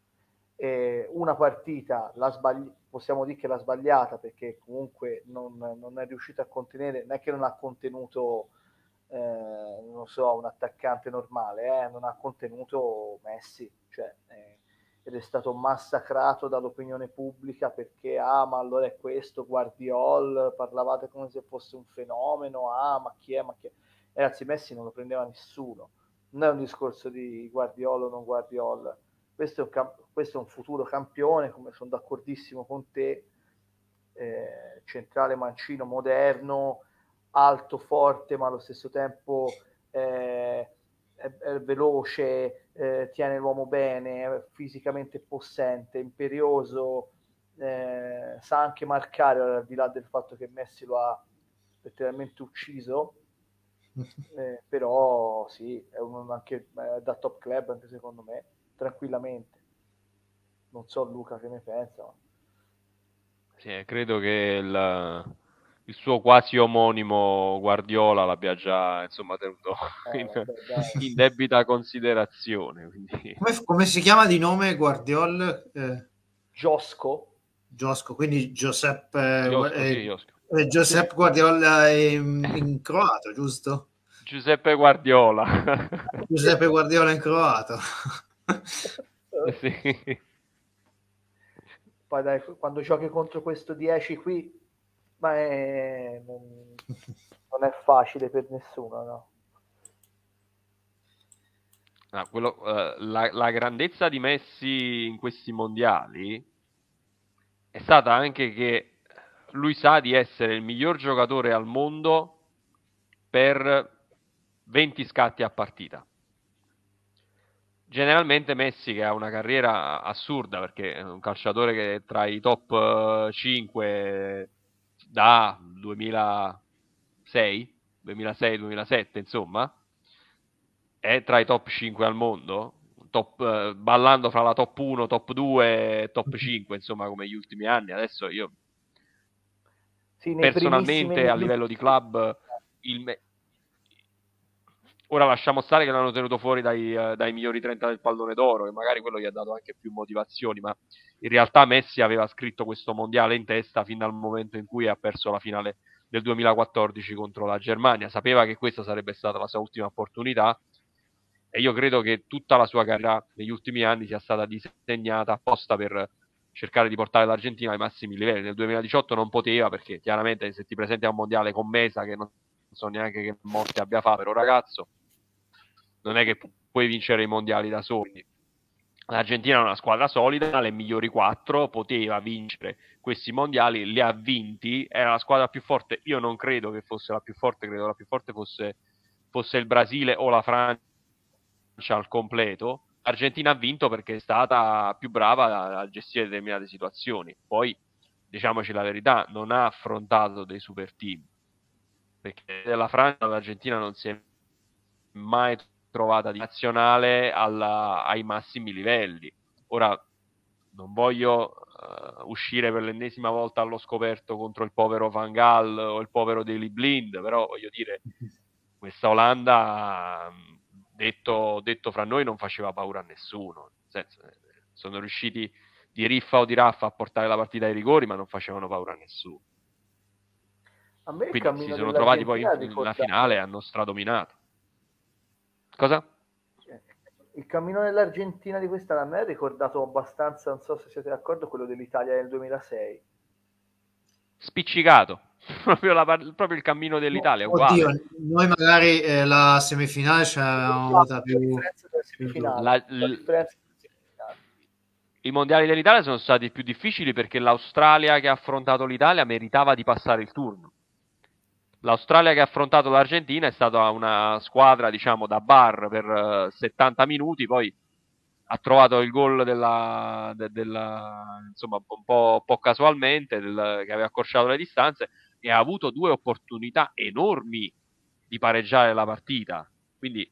e una partita la sbagli- possiamo dire che l'ha sbagliata, perché comunque non, non è riuscito a contenere, non è che non ha contenuto eh, non so, un attaccante normale, eh, non ha contenuto Messi, cioè, eh, ed è stato massacrato dall'opinione pubblica perché ah ma allora è questo Guardiol, parlavate come se fosse un fenomeno, ah ma chi è, ma chi è. Ragazzi, Messi non lo prendeva nessuno, non è un discorso di Guardiol o non Guardiol, questo è un, camp- questo è un futuro campione, come sono d'accordissimo con te, eh, centrale mancino moderno, alto, forte, ma allo stesso tempo eh, è, è veloce, eh, tiene l'uomo bene, è fisicamente possente, imperioso, eh, sa anche marcare, al di là del fatto che Messi lo ha letteralmente ucciso, eh, però sì, è un, anche eh, da top club, anche secondo me, tranquillamente. Non so Luca che ne pensa. Ma... Sì, credo che il, il suo quasi omonimo Guardiola l'abbia già insomma tenuto eh, in, vabbè, in debita considerazione. Quindi... Come, come si chiama di nome Guardiol? Eh, Giosco? Giosco, quindi Giuseppe, Josko, sì, eh, Josko. eh, Giuseppe Guardiola in, in croato, giusto? Giuseppe Guardiola. Giuseppe Guardiola in croato. Sì. Poi dai, quando giochi contro questo dieci qui, ma è, non, non è facile per nessuno, no? Ah, quello, uh, la, la grandezza di Messi in questi mondiali è stata anche che lui sa di essere il miglior giocatore al mondo per venti scatti a partita. Generalmente Messi, che ha una carriera assurda perché è un calciatore che è tra i top cinque da duemilasei, duemilasei duemilasette, insomma, è tra i top cinque al mondo, top, eh, ballando fra la top uno, top due, top cinque, insomma, come gli ultimi anni. Adesso io Sì, nei primissimi personalmente a livello di club il me- ora lasciamo stare che l'hanno tenuto fuori dai, uh, dai migliori trenta del pallone d'oro, che magari quello gli ha dato anche più motivazioni, ma in realtà Messi aveva scritto questo mondiale in testa fin dal momento in cui ha perso la finale del duemilaquattordici contro la Germania. Sapeva che questa sarebbe stata la sua ultima opportunità e io credo che tutta la sua carriera negli ultimi anni sia stata disegnata apposta per cercare di portare l'Argentina ai massimi livelli. Nel duemiladiciotto non poteva, perché chiaramente se ti presenti a un mondiale con Mesa, che non so neanche che morte abbia fatto, però ragazzo, non è che pu- puoi vincere i mondiali da soli. L'Argentina è una squadra solida, le migliori quattro, poteva vincere questi mondiali, li ha vinti, era la squadra più forte. Io non credo che fosse la più forte, credo la più forte fosse, fosse il Brasile o la Francia al completo. L'Argentina ha vinto perché è stata più brava a, a gestire determinate situazioni. Poi, diciamoci la verità, non ha affrontato dei super team, perché della Francia l'Argentina non si è mai trovata di nazionale alla, ai massimi livelli. Ora non voglio uh, uscire per l'ennesima volta allo scoperto contro il povero Van Gaal o il povero Daley Blind, però voglio dire, questa Olanda, detto, detto fra noi, non faceva paura a nessuno. Nel senso, sono riusciti di riffa o di raffa a portare la partita ai rigori, ma non facevano paura a nessuno. A me il Quindi si cammino sono trovati poi dell'Argentina in, ricorda- nella finale e hanno stradominato. Cosa? Il cammino dell'Argentina di quest'anno a me ha ricordato abbastanza, non so se siete d'accordo, quello dell'Italia del duemilasei. Spiccicato. proprio, la, proprio il cammino dell'Italia, uguale. Oddio, noi magari eh, la semifinale ce l'avevamo avuta La più, differenza della più semifinale. La- La differenza della semifinale. I mondiali dell'Italia sono stati più difficili perché l'Australia che ha affrontato l'Italia meritava di passare il turno. L'Australia che ha affrontato l'Argentina è stata una squadra, diciamo, da bar per uh, settanta minuti, poi ha trovato il gol della, de, della, insomma, un po', un po' casualmente, del, che aveva accorciato le distanze, e ha avuto due opportunità enormi di pareggiare la partita. Quindi,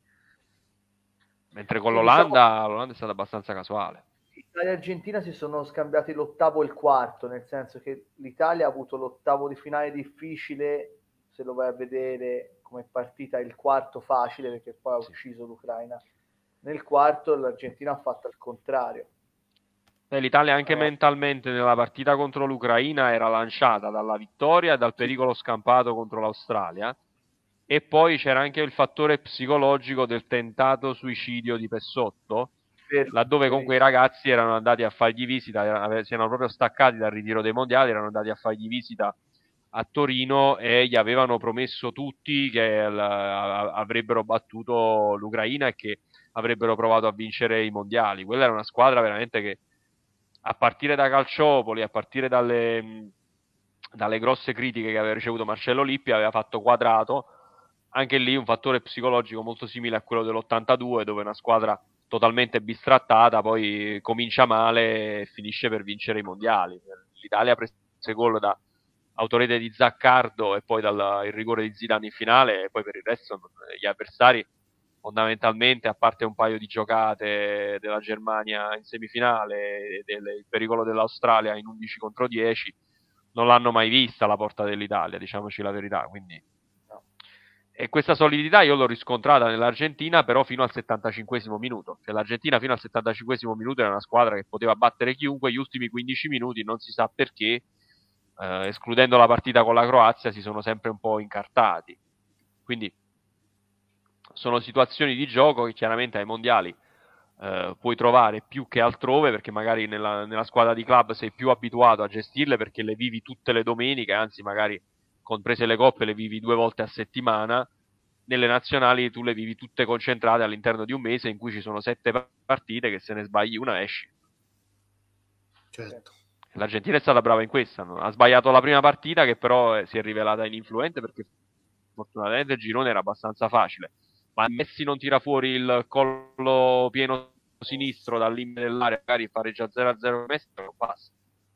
mentre con Sì, l'Olanda, diciamo, l'Olanda è stata abbastanza casuale. Italia e Argentina si sono scambiati l'ottavo e il quarto, nel senso che l'Italia ha avuto l'ottavo di finale difficile, se lo vai a vedere come partita, il quarto facile perché poi ha Sì. ucciso l'Ucraina. Nel quarto l'Argentina ha fatto il contrario. Eh, L'Italia anche Eh, mentalmente nella partita contro l'Ucraina era lanciata dalla vittoria e dal pericolo scampato contro l'Australia, e poi c'era anche il fattore psicologico del tentato suicidio di Pessotto, per- laddove per- con quei ragazzi erano andati a fargli visita, erano- si erano proprio staccati dal ritiro dei mondiali, erano andati a fargli visita a Torino e gli avevano promesso tutti che l- a- avrebbero battuto l'Ucraina e che avrebbero provato a vincere i mondiali. Quella era una squadra veramente che, a partire da Calciopoli, a partire dalle, mh, dalle grosse critiche che aveva ricevuto Marcello Lippi, aveva fatto quadrato. Anche lì un fattore psicologico molto simile a quello dell'ottantadue, dove una squadra totalmente bistrattata poi comincia male e finisce per vincere i mondiali. L'Italia prese gol da autorete di Zaccardo e poi dal il rigore di Zidane in finale, e poi per il resto gli avversari fondamentalmente, a parte un paio di giocate della Germania in semifinale e del, il pericolo dell'Australia in undici contro dieci, non l'hanno mai vista la porta dell'Italia, diciamoci la verità. Quindi, no. e questa solidità io l'ho riscontrata nell'Argentina, però fino al settantacinquesimo minuto. Cioè, l'Argentina fino al settantacinquesimo minuto era una squadra che poteva battere chiunque. Gli ultimi quindici minuti non si sa perché, eh, escludendo la partita con la Croazia, si sono sempre un po' incartati. Quindi sono situazioni di gioco che chiaramente ai mondiali eh, puoi trovare più che altrove, perché magari nella, nella squadra di club sei più abituato a gestirle perché le vivi tutte le domeniche, anzi magari comprese le coppe le vivi due volte a settimana. Nelle nazionali tu le vivi tutte concentrate all'interno di un mese in cui ci sono sette partite che se ne sbagli una esci. certo. L'Argentina è stata brava in questa, no? Ha sbagliato la prima partita che però eh, si è rivelata ininfluente perché fortunatamente il girone era abbastanza facile, ma Messi non tira fuori il collo pieno sinistro dal limite dell'area, magari pareggia zero a zero Messi, non passa.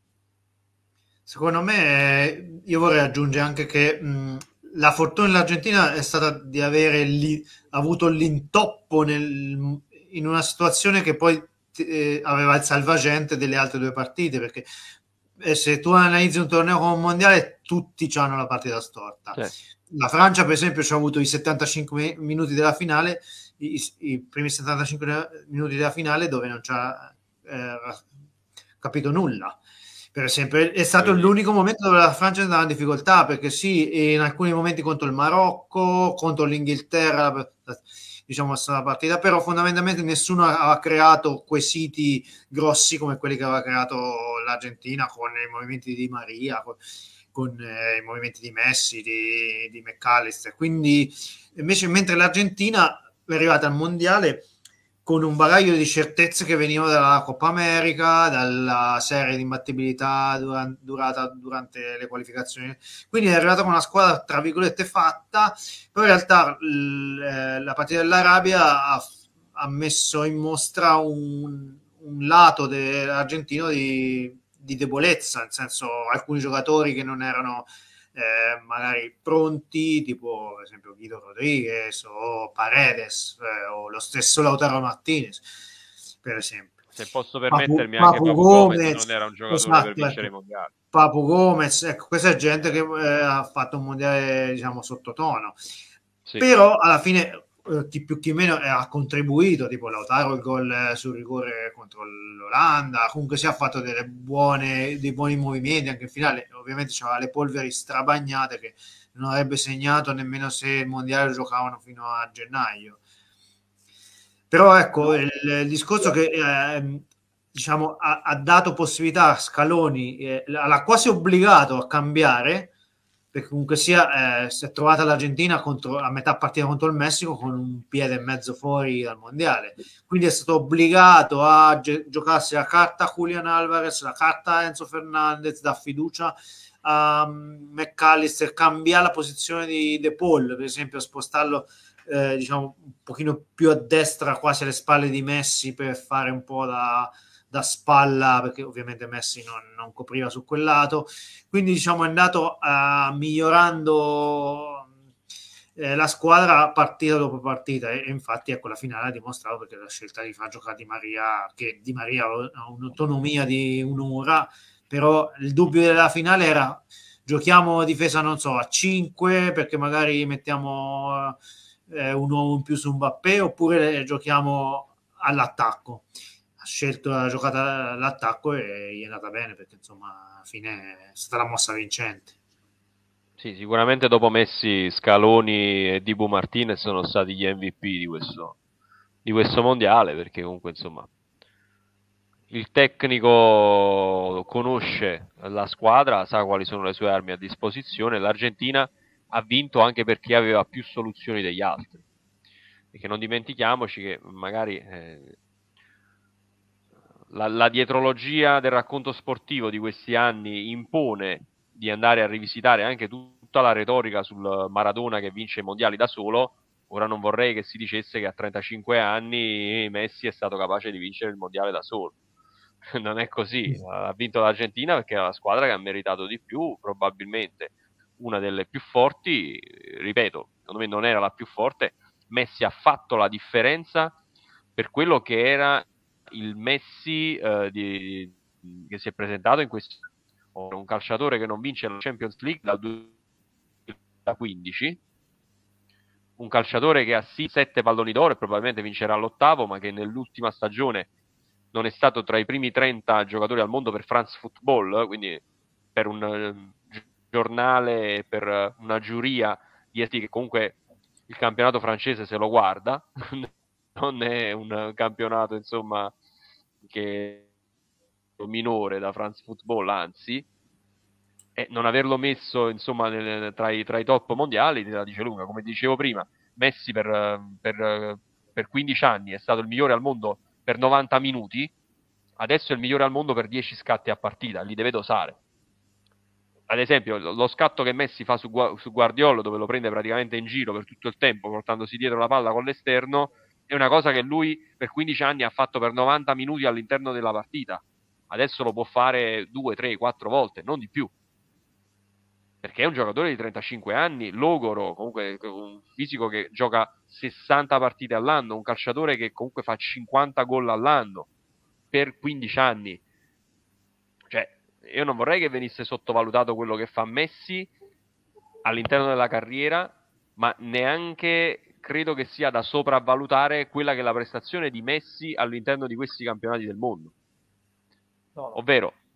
Secondo me, io vorrei aggiungere anche che mh, la fortuna dell'Argentina è stata di avere li, avuto l'intoppo nel, in una situazione che poi eh, aveva il salvagente delle altre due partite, perché eh, se tu analizzi un torneo come un mondiale, tutti hanno la partita storta. Sì. La Francia, per esempio, ci ha avuto i settantacinque minuti della finale, i, i primi settantacinque minuti della finale dove non ci ha eh, capito nulla. per esempio, è stato sì. l'unico momento dove la Francia è andata in difficoltà, perché sì, in alcuni momenti contro il Marocco, contro l'Inghilterra, diciamo, è stata una partita, però fondamentalmente nessuno aveva creato quesiti grossi come quelli che aveva creato l'Argentina con i movimenti di Di Maria, con, con eh, i movimenti di Messi, di, di McAllister. Quindi, invece, mentre l'Argentina è arrivata al mondiale con un bagaglio di certezze che venivano dalla Coppa America, dalla serie di imbattibilità durante, durata durante le qualificazioni. Quindi è arrivata con una squadra, tra virgolette, fatta, però in realtà l, la partita dell'Arabia ha, ha messo in mostra un, un lato dell'argentino di, di debolezza, nel senso alcuni giocatori che non erano Eh, magari pronti, tipo per esempio Guido Rodriguez o Paredes eh, o lo stesso Lautaro Martinez, per esempio. Se posso permettermi, Papu, anche Papu, Papu Gomez, Gomez non era un giocatore esatto, per vincere ecco, i mondiali. Papu Gomez, ecco, questa è gente che eh, ha fatto un mondiale, diciamo, sottotono. Sì. Però alla fine chi più chi meno ha contribuito, tipo Lautaro il gol sul rigore contro l'Olanda, comunque si ha fatto delle buone, dei buoni movimenti anche in finale. Ovviamente c'aveva le polveri strabagnate che non avrebbe segnato nemmeno se il mondiale lo giocavano fino a gennaio. Però ecco il, il discorso che eh, diciamo ha, ha dato possibilità a Scaloni, eh, l'ha quasi obbligato a cambiare, perché comunque sia eh, si è trovata l'Argentina contro, a metà partita contro il Messico con un piede e mezzo fuori dal mondiale, quindi è stato obbligato a gi- giocarsi la carta Julian Alvarez, la carta Enzo Fernandez, da fiducia a um, McAllister, cambiare la posizione di De Paul, per esempio spostarlo eh, diciamo un pochino più a destra, quasi alle spalle di Messi, per fare un po' da da spalla, perché ovviamente Messi non, non copriva su quel lato, quindi diciamo è andato uh, migliorando eh, la squadra partita dopo partita, e, e infatti ecco la finale ha dimostrato, perché la scelta di far giocare Di Maria, che Di Maria ha un'autonomia di un'ora, però il dubbio della finale era giochiamo difesa non so a cinque perché magari mettiamo eh, un uomo in più su Mbappé, oppure giochiamo all'attacco. Ha scelto la giocata all'attacco e gli è andata bene, perché insomma alla fine è stata la mossa vincente. Sì, sicuramente dopo Messi, Scaloni e Dibu Martinez sono stati gli M V P di questo, di questo mondiale, perché comunque insomma il tecnico conosce la squadra, sa quali sono le sue armi a disposizione. L'Argentina ha vinto anche perché aveva più soluzioni degli altri, perché non dimentichiamoci che magari eh, La, la dietrologia del racconto sportivo di questi anni impone di andare a rivisitare anche tutta la retorica sul Maradona che vince i mondiali da solo. Ora non vorrei che si dicesse che a trentacinque anni Messi è stato capace di vincere il mondiale da solo. Non è così, ha vinto l'Argentina perché è la squadra che ha meritato di più, probabilmente una delle più forti, ripeto, secondo me non era la più forte. Messi ha fatto la differenza per quello che era il Messi eh, di, che si è presentato in questo, un calciatore che non vince la Champions League dal duemilaquindici, un calciatore che ha sì sette palloni d'oro e probabilmente vincerà l'ottavo, ma che nell'ultima stagione non è stato tra i primi trenta giocatori al mondo per France Football, quindi per un uh, giornale, per una giuria di che comunque il campionato francese se lo guarda, non è un campionato insomma che è minore da France Football, anzi, e non averlo messo insomma nel, tra, i, tra i top mondiali te la dice lunga. Come dicevo prima, Messi per, per, per quindici anni è stato il migliore al mondo per novanta minuti, adesso è il migliore al mondo per dieci scatti a partita, li deve dosare. Ad esempio lo scatto che Messi fa su, su Guardiola, dove lo prende praticamente in giro per tutto il tempo portandosi dietro la palla con l'esterno, è una cosa che lui per quindici anni ha fatto per novanta minuti all'interno della partita. Adesso lo può fare due, tre, quattro volte, non di più, perché è un giocatore di trentacinque anni, logoro, comunque un fisico che gioca sessanta partite all'anno, un calciatore che comunque fa cinquanta gol all'anno per quindici anni. Cioè, io non vorrei che venisse sottovalutato quello che fa Messi all'interno della carriera, ma neanche credo che sia da sopravvalutare quella che è la prestazione di Messi all'interno di questi campionati del mondo. No, no. Ovvero,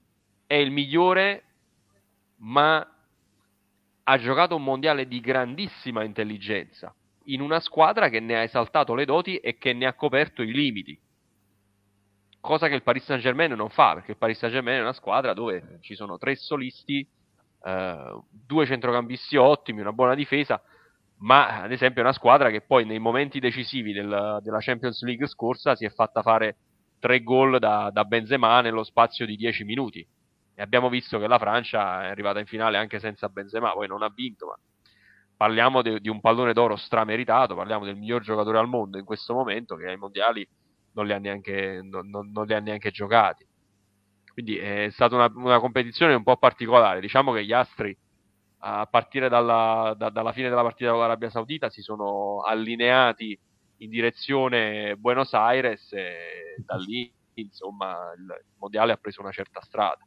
è il migliore, ma ha giocato un mondiale di grandissima intelligenza in una squadra che ne ha esaltato le doti e che ne ha coperto i limiti, cosa che il Paris Saint-Germain non fa, perché il Paris Saint-Germain è una squadra dove ci sono tre solisti, eh, due centrocampisti ottimi, una buona difesa, ma ad esempio è una squadra che poi nei momenti decisivi del, della Champions League scorsa si è fatta fare tre gol da, da Benzema nello spazio di dieci minuti, e abbiamo visto che la Francia è arrivata in finale anche senza Benzema, poi non ha vinto, ma parliamo de, di un pallone d'oro strameritato, parliamo del miglior giocatore al mondo in questo momento, che ai mondiali non li ha neanche, non, non, non li ha neanche giocati. Quindi è stata una, una competizione un po' particolare. Diciamo che gli astri, a partire dalla, da, dalla fine della partita con l'Arabia Saudita, si sono allineati in direzione Buenos Aires, e da lì insomma il mondiale ha preso una certa strada.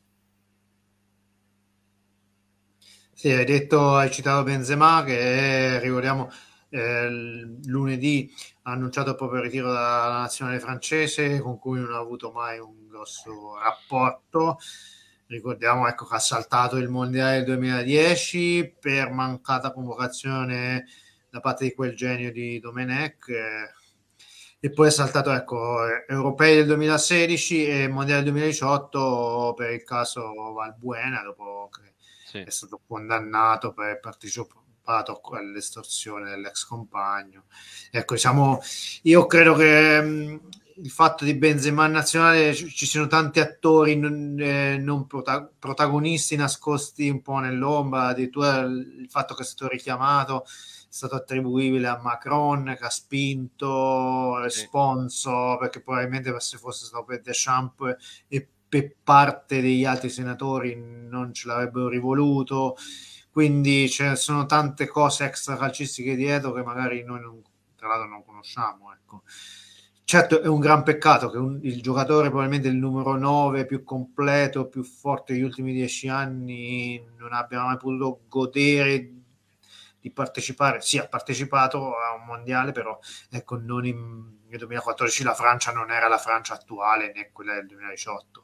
Sì, hai detto, hai citato Benzema, che ricordiamo eh, lunedì ha annunciato il proprio ritiro dalla nazionale francese, con cui non ha avuto mai un grosso rapporto. Ricordiamo, ecco, che ha saltato il mondiale del duemiladieci per mancata convocazione da parte di quel genio di Domenech, eh, e poi è saltato, ecco, europei del duemilasedici e mondiale del duemiladiciotto per il caso Valbuena, dopo che sì. È stato condannato per partecipato all'estorsione dell'ex compagno. Ecco, diciamo, io credo che mh, il fatto di Benzema in nazionale ci, ci siano tanti attori non, eh, non prota- protagonisti nascosti un po' nell'ombra, addirittura il, il fatto che è stato richiamato è stato attribuibile a Macron, che ha spinto, sì. sponsor, perché probabilmente se fosse stato per Deschamps e per parte degli altri senatori non ce l'avrebbero rivoluto, quindi ce sono tante cose extra calcistiche dietro che magari noi non, tra l'altro non conosciamo, ecco. Certo è un gran peccato che un, il giocatore probabilmente il numero nove più completo, più forte degli ultimi dieci anni non abbia mai potuto godere di partecipare. Sì, ha partecipato a un mondiale, però ecco, non in, nel duemilaquattordici la Francia non era la Francia attuale né quella del duemiladiciotto.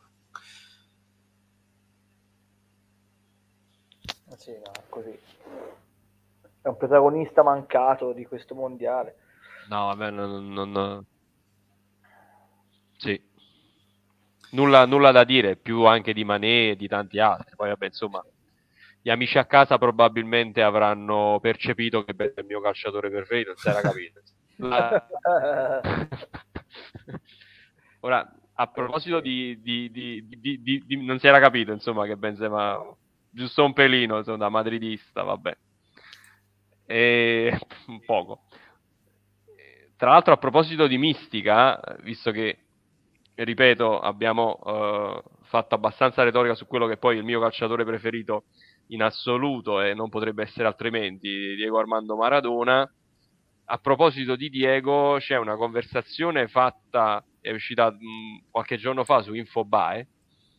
Sì, no, così. È un protagonista mancato di questo mondiale. No, vabbè, non, non... sì. Nulla, nulla da dire, più anche di Mané e di tanti altri. Poi, vabbè, insomma, gli amici a casa probabilmente avranno percepito che è il mio calciatore preferito, non si era capito. La... Ora, a proposito di, di, di, di, di, di... non si era capito, insomma, che Benzema... giusto un pelino, insomma, da madridista, vabbè. E... un poco. Tra l'altro, a proposito di mistica, visto che, ripeto, abbiamo uh, fatto abbastanza retorica su quello che poi è il mio calciatore preferito in assoluto e non potrebbe essere altrimenti, Diego Armando Maradona. A proposito di Diego, c'è una conversazione fatta, è uscita mh, qualche giorno fa su Infobae,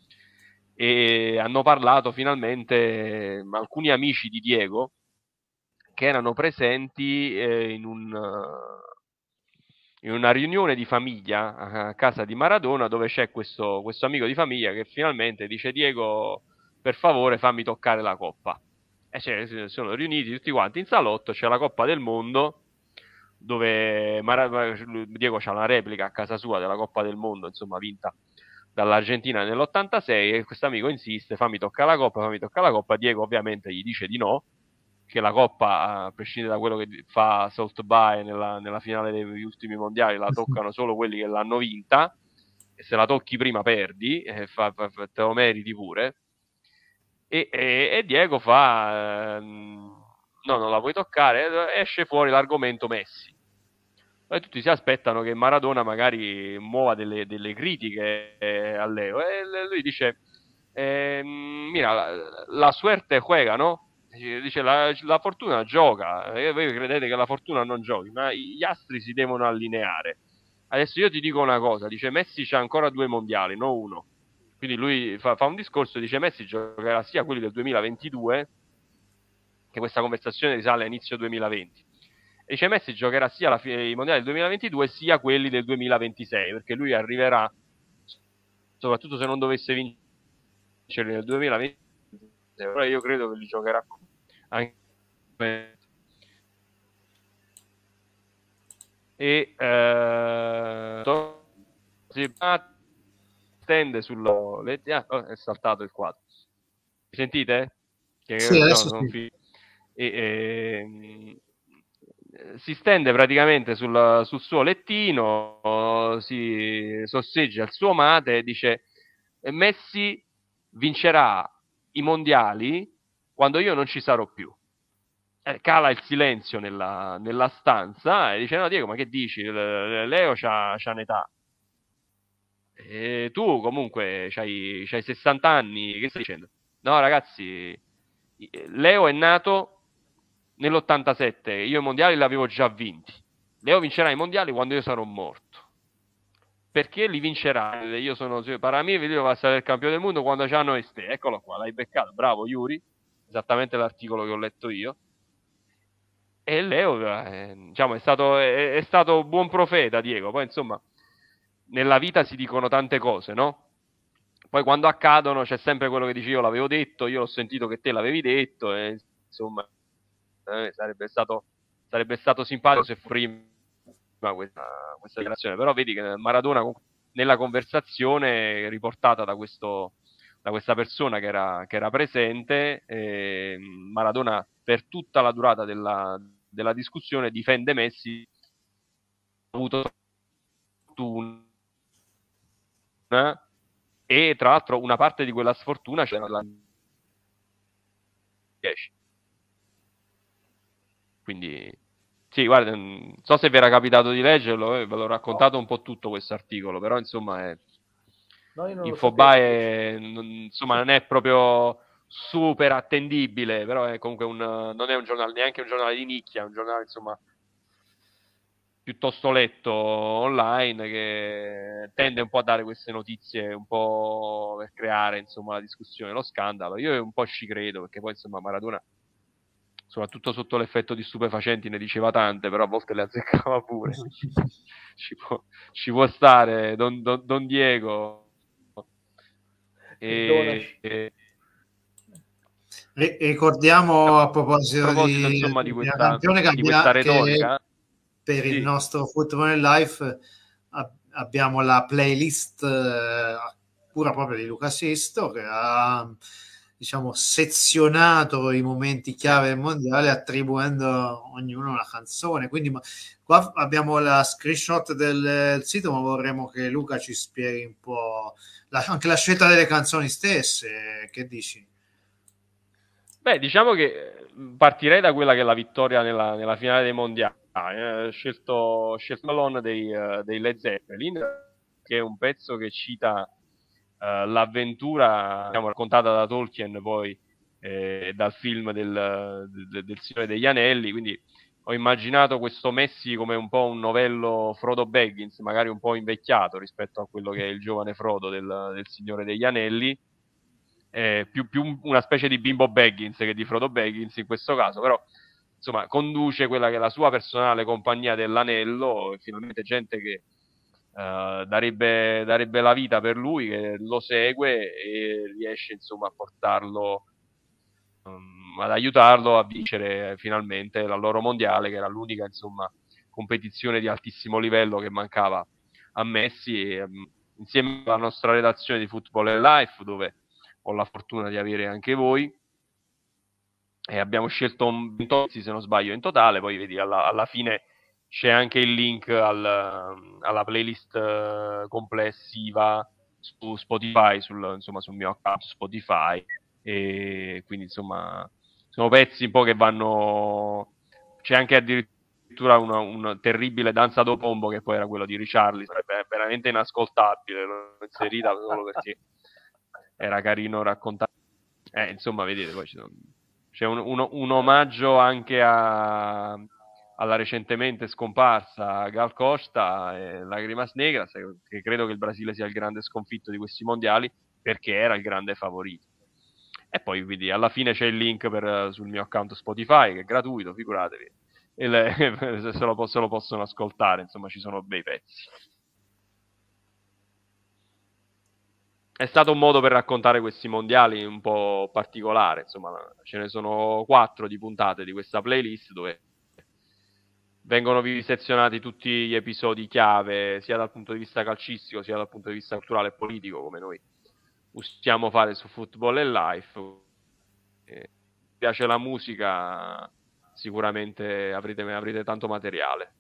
e hanno parlato finalmente mh, alcuni amici di Diego che erano presenti eh, in un... Uh, in una riunione di famiglia a casa di Maradona, dove c'è questo, questo amico di famiglia che finalmente dice: Diego, per favore fammi toccare la coppa. E cioè, sono riuniti tutti quanti in salotto, c'è la Coppa del Mondo, dove Mar- Diego c'ha una replica a casa sua della Coppa del Mondo, insomma, vinta dall'Argentina nell'ottantasei, e questo amico insiste: fammi toccare la coppa, fammi toccare la coppa. Diego ovviamente gli dice di no, che la coppa, a prescindere da quello che fa Salt Bae nella, nella finale degli ultimi mondiali, la toccano solo quelli che l'hanno vinta, e se la tocchi prima perdi, e fa, fa, te lo meriti pure. E, e, e Diego fa eh, no, non la puoi toccare, esce fuori l'argomento Messi. E tutti si aspettano che Maradona magari muova delle, delle critiche eh, a Leo, e lui dice eh, mira, la, la suerte juega, no? Dice la, la fortuna gioca, e voi credete che la fortuna non giochi, ma gli astri si devono allineare. Adesso io ti dico una cosa, dice Messi c'ha ancora due mondiali, non uno. Quindi lui fa, fa un discorso, dice Messi giocherà sia quelli del duemilaventidue, che questa conversazione risale a inizio duemilaventi, e dice Messi giocherà sia la, i mondiali del duemilaventidue sia quelli del duemilaventisei, perché lui arriverà, soprattutto se non dovesse vincere nel duemilaventi, però io credo che li giocherà anche e eh, si stende sullo ah, oh, è saltato il quadro, mi sentite? Che, sì, adesso no, sì. fi- e, e, si stende praticamente sul, sul suo lettino, si sosseggia il suo mate e dice: Messi vincerà i mondiali quando io non ci sarò più. Eh, cala il silenzio nella, nella stanza e dice: no Diego, ma che dici? Leo c'ha, c'ha un'età, e tu comunque c'hai, c'hai sessanta anni, che stai dicendo? No ragazzi, Leo è nato nell'ottantasette, io i mondiali li avevo già vinti. Leo vincerà i mondiali quando io sarò morto. Perché li vincerà? Io sono para me, Leo va a essere il campione del mondo quando c'hanno este. Eccolo qua, l'hai beccato, bravo Yuri, esattamente l'articolo che ho letto io. E Leo eh, diciamo, è stato, è, è stato buon profeta, Diego. Poi insomma, nella vita si dicono tante cose, no? Poi quando accadono c'è sempre quello che dici: io l'avevo detto, io ho sentito che te l'avevi detto, e insomma eh, sarebbe stato sarebbe stato simpatico se prima questa, questa dichiarazione. Però vedi che Maradona nella conversazione riportata da questo da questa persona che era, che era presente, eh, Maradona per tutta la durata della, della discussione difende Messi, ha avuto fortuna, e tra l'altro una parte di quella sfortuna c'era la dieci. Quindi sì, guarda, non so se vi era capitato di leggerlo, eh, ve l'ho raccontato un po' tutto questo articolo, però insomma è No, io non lo Infobae, non, insomma non è proprio super attendibile, però è comunque un, non è un giornale, neanche un giornale di nicchia, è un giornale insomma piuttosto letto online, che tende un po' a dare queste notizie un po' per creare insomma la discussione, lo scandalo. Io un po' ci credo, perché poi insomma Maradona, soprattutto sotto l'effetto di stupefacenti, ne diceva tante, però a volte le azzeccava pure. ci, può, ci può stare Don, Don, Don Diego. E, e, Ricordiamo a proposito, a proposito di, insomma di di una questa, campione che, di questa abbia, che retorica, per il sì. nostro Football in Life ab- abbiamo la playlist eh, pura proprio di Luca Sesto, che ha, diciamo, sezionato i momenti chiave del mondiale attribuendo ognuno una canzone. Quindi ma, qua abbiamo la screenshot del, del sito, ma vorremmo che Luca ci spieghi un po' la, anche la scelta delle canzoni stesse. Che dici? Beh, diciamo che partirei da quella che è la vittoria nella, nella finale dei mondiali. Ho eh, scelto, scelto Alone dei, uh, dei Led Zeppelin, che è un pezzo che cita uh, l'avventura, diciamo, raccontata da Tolkien poi eh, dal film del, del, del Signore degli Anelli. Quindi ho immaginato questo Messi come un po' un novello Frodo Baggins, magari un po' invecchiato rispetto a quello che è il giovane Frodo del, del Signore degli Anelli. Eh, più, più una specie di Bimbo Baggins che di Frodo Baggins in questo caso, però insomma conduce quella che è la sua personale compagnia dell'anello, e finalmente gente che uh, darebbe, darebbe la vita per lui, che lo segue e riesce insomma a portarlo, um, ad aiutarlo a vincere finalmente la loro mondiale, che era l'unica insomma competizione di altissimo livello che mancava a Messi, e, um, insieme alla nostra redazione di Football and Life, dove ho la fortuna di avere anche voi, e abbiamo scelto ventotto, se non sbaglio, in totale. Poi vedi, alla, alla fine c'è anche il link al, alla playlist uh, complessiva su Spotify, sul, insomma, sul mio account Spotify, e quindi insomma sono pezzi un po' che vanno, c'è anche addirittura una, un terribile Danza do Pombo, che poi era quello di Richarlison, sarebbe veramente inascoltabile, l'ho inserita solo perché era carino raccontare. Eh, insomma, vedete, poi ci sono, c'è un, un, un omaggio anche a, alla recentemente scomparsa Gal Costa e Lagrimas Negras, che credo che il Brasile sia il grande sconfitto di questi mondiali, perché era il grande favorito. E poi vedi, alla fine c'è il link per, sul mio account Spotify, che è gratuito, figuratevi, e le, se, lo, se lo possono ascoltare, insomma ci sono bei pezzi. è stato un modo per raccontare questi mondiali un po' particolare, insomma, ce ne sono quattro di puntate di questa playlist dove vengono visezionati tutti gli episodi chiave, sia dal punto di vista calcistico, sia dal punto di vista culturale e politico, come noi usiamo fare su Football and Life. Eh, piace la musica, sicuramente avrete, avrete tanto materiale.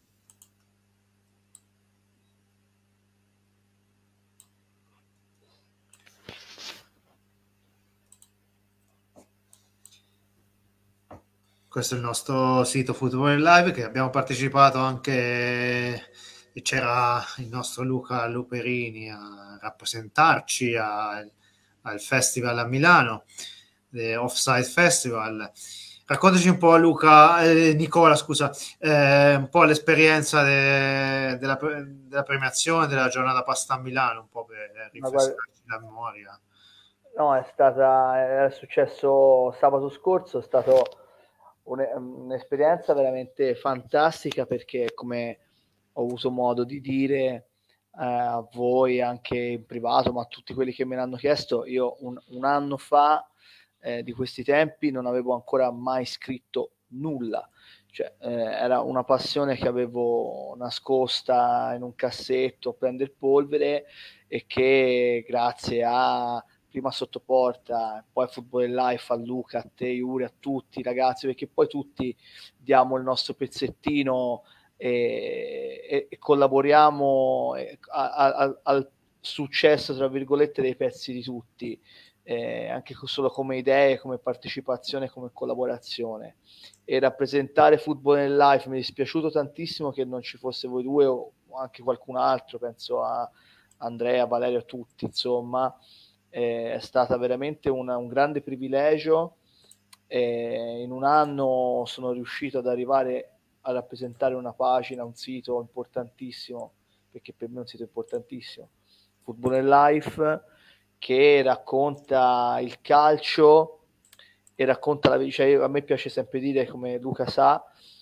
Questo è il nostro sito Football Live, che abbiamo partecipato anche, e c'era il nostro Luca Luperini a rappresentarci a, al festival a Milano, the Offside Festival. Raccontaci un po', Luca, eh, Nicola, scusa, eh, un po' l'esperienza de, della, della premiazione della giornata pasta a Milano, un po' per rinfrescarci la memoria. No, è stata, è successo sabato scorso, è stato un'esperienza veramente fantastica, perché, come ho avuto modo di dire eh, a voi anche in privato, ma a tutti quelli che me l'hanno chiesto, io un, un anno fa eh, di questi tempi non avevo ancora mai scritto nulla, cioè eh, era una passione che avevo nascosta in un cassetto a prendere polvere, e che grazie a prima Sottoporta, poi a Football and Life, a Luca, a te, Yuri, a tutti i ragazzi, perché poi tutti diamo il nostro pezzettino e, e, e collaboriamo a, a, a, al successo, tra virgolette, dei pezzi di tutti, eh, anche solo come idee, come partecipazione, come collaborazione. E rappresentare Football and Life, mi è dispiaciuto tantissimo che non ci fosse voi due o anche qualcun altro, penso a Andrea, Valerio, tutti, insomma. Eh, è stata veramente una, un grande privilegio. Eh, in un anno sono riuscito ad arrivare a rappresentare una pagina, un sito importantissimo, perché per me è un sito importantissimo, Football and Life, che racconta il calcio e racconta la, cioè, a me piace sempre dire, come Luca sa,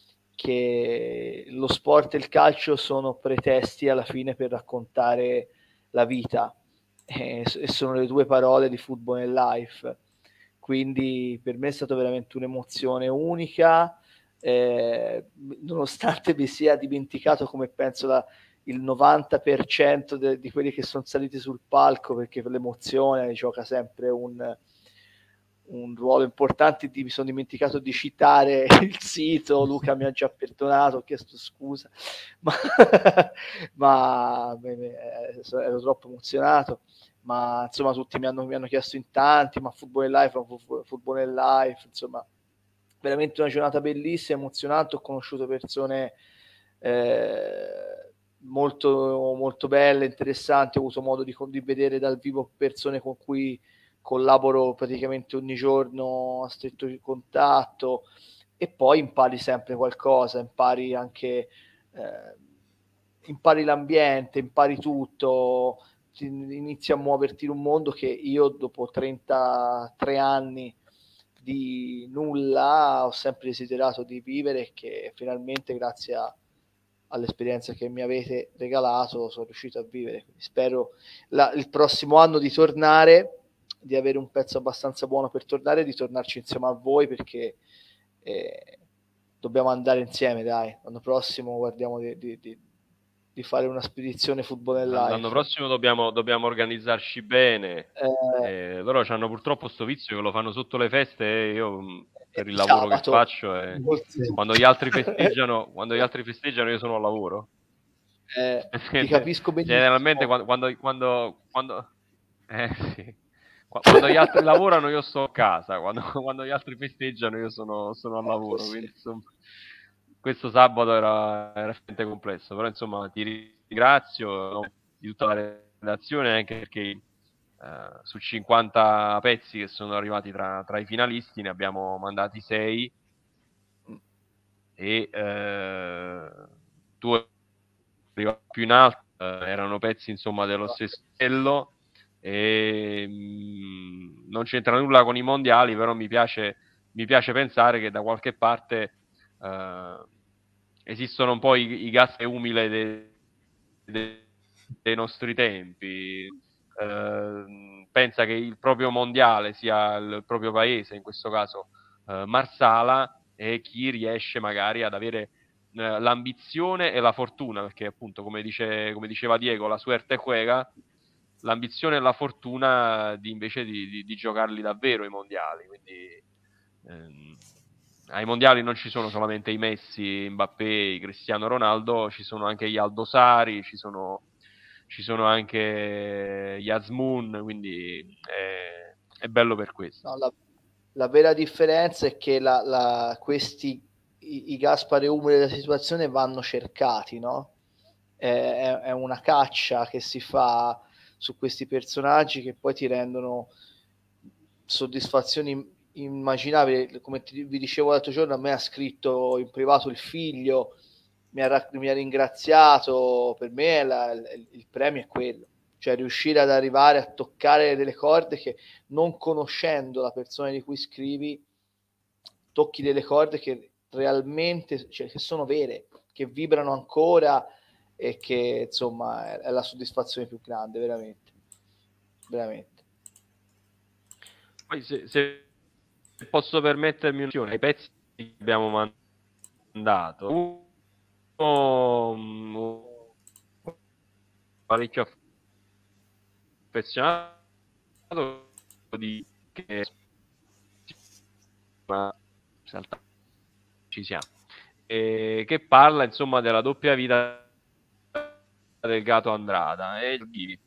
che lo sport e il calcio sono pretesti alla fine per raccontare la vita, e sono le due parole di Football and Life. Quindi per me è stata veramente un'emozione unica, eh, nonostante mi sia dimenticato, come penso la, il novanta per cento de, di quelli che sono saliti sul palco, perché per l'emozione gioca sempre un, un ruolo importante. Mi sono dimenticato di citare il sito, Luca mi ha già perdonato, ho chiesto scusa, ma, ma me, me, ero troppo emozionato. Ma insomma tutti mi hanno, mi hanno chiesto in tanti, ma Football and Life, Football and Life, insomma veramente una giornata bellissima, emozionante. Ho conosciuto persone eh, molto, molto belle, interessanti, ho avuto modo di, di vedere dal vivo persone con cui collaboro praticamente ogni giorno a stretto contatto, e poi impari sempre qualcosa, impari anche eh, impari l'ambiente, impari tutto, inizi a muoverti in un mondo che io dopo trentatré anni di nulla ho sempre desiderato di vivere, e che finalmente, grazie a, all'esperienza che mi avete regalato, sono riuscito a vivere. Quindi spero la, il prossimo anno di tornare, di avere un pezzo abbastanza buono per tornare, di tornarci insieme a voi, perché eh, dobbiamo andare insieme, dai. L'anno prossimo guardiamo di, di, di di fare una spedizione Football and Life. L'anno prossimo dobbiamo, dobbiamo organizzarci bene. Eh, eh, loro hanno purtoppo sto vizio che lo fanno sotto le feste, e io per il lavoro sabato, che faccio, eh, quando gli altri festeggiano, quando gli altri festeggiano io sono al lavoro. Eh, ti capisco benissimo. Generalmente quando, quando, quando, quando eh, sì. Quando gli altri lavorano io sto a casa, quando, quando gli altri festeggiano io sono, sono al lavoro, eh, quindi insomma questo sabato era, era veramente complesso, però insomma ti ringrazio, no, di tutta la redazione, anche perché eh, su cinquanta pezzi che sono arrivati tra, tra i finalisti ne abbiamo mandati sei, e eh, due più in alto eh, erano pezzi insomma dello stesso livello, e mh, non c'entra nulla con i mondiali, però mi piace, mi piace pensare che da qualche parte eh, esistono un po' i, i gas e umile dei, dei, dei nostri tempi. eh, pensa che il proprio mondiale sia il proprio paese, in questo caso eh, Marsala, e chi riesce magari ad avere eh, l'ambizione e la fortuna, perché appunto come, dice, come diceva Diego, la suerte juega, l'ambizione e la fortuna di invece di, di, di giocarli davvero i mondiali. Quindi ehm, ai mondiali non ci sono solamente i Messi, Mbappé, i Cristiano Ronaldo, ci sono anche gli Aldosari, ci sono, ci sono anche gli Azmoun, quindi è, è bello per questo. No, la, la vera differenza è che la, la, questi i, i Gaspare Umile della situazione vanno cercati, no? È, è una caccia che si fa su questi personaggi che poi ti rendono soddisfazioni immaginabili. Come ti, vi dicevo l'altro giorno, a me ha scritto in privato il figlio, mi ha, mi ha ringraziato. Per me la, il, il premio è quello, cioè riuscire ad arrivare a toccare delle corde che, non conoscendo la persona di cui scrivi, tocchi delle corde che realmente, cioè, che sono vere, che vibrano ancora, e che insomma è la soddisfazione più grande, veramente, veramente. Poi se, se posso permettermi un'opzione, ai pezzi che abbiamo mandato, uno parecchio affezionato di che ma ci siamo, e che parla insomma della doppia vita del Gato Andrada. E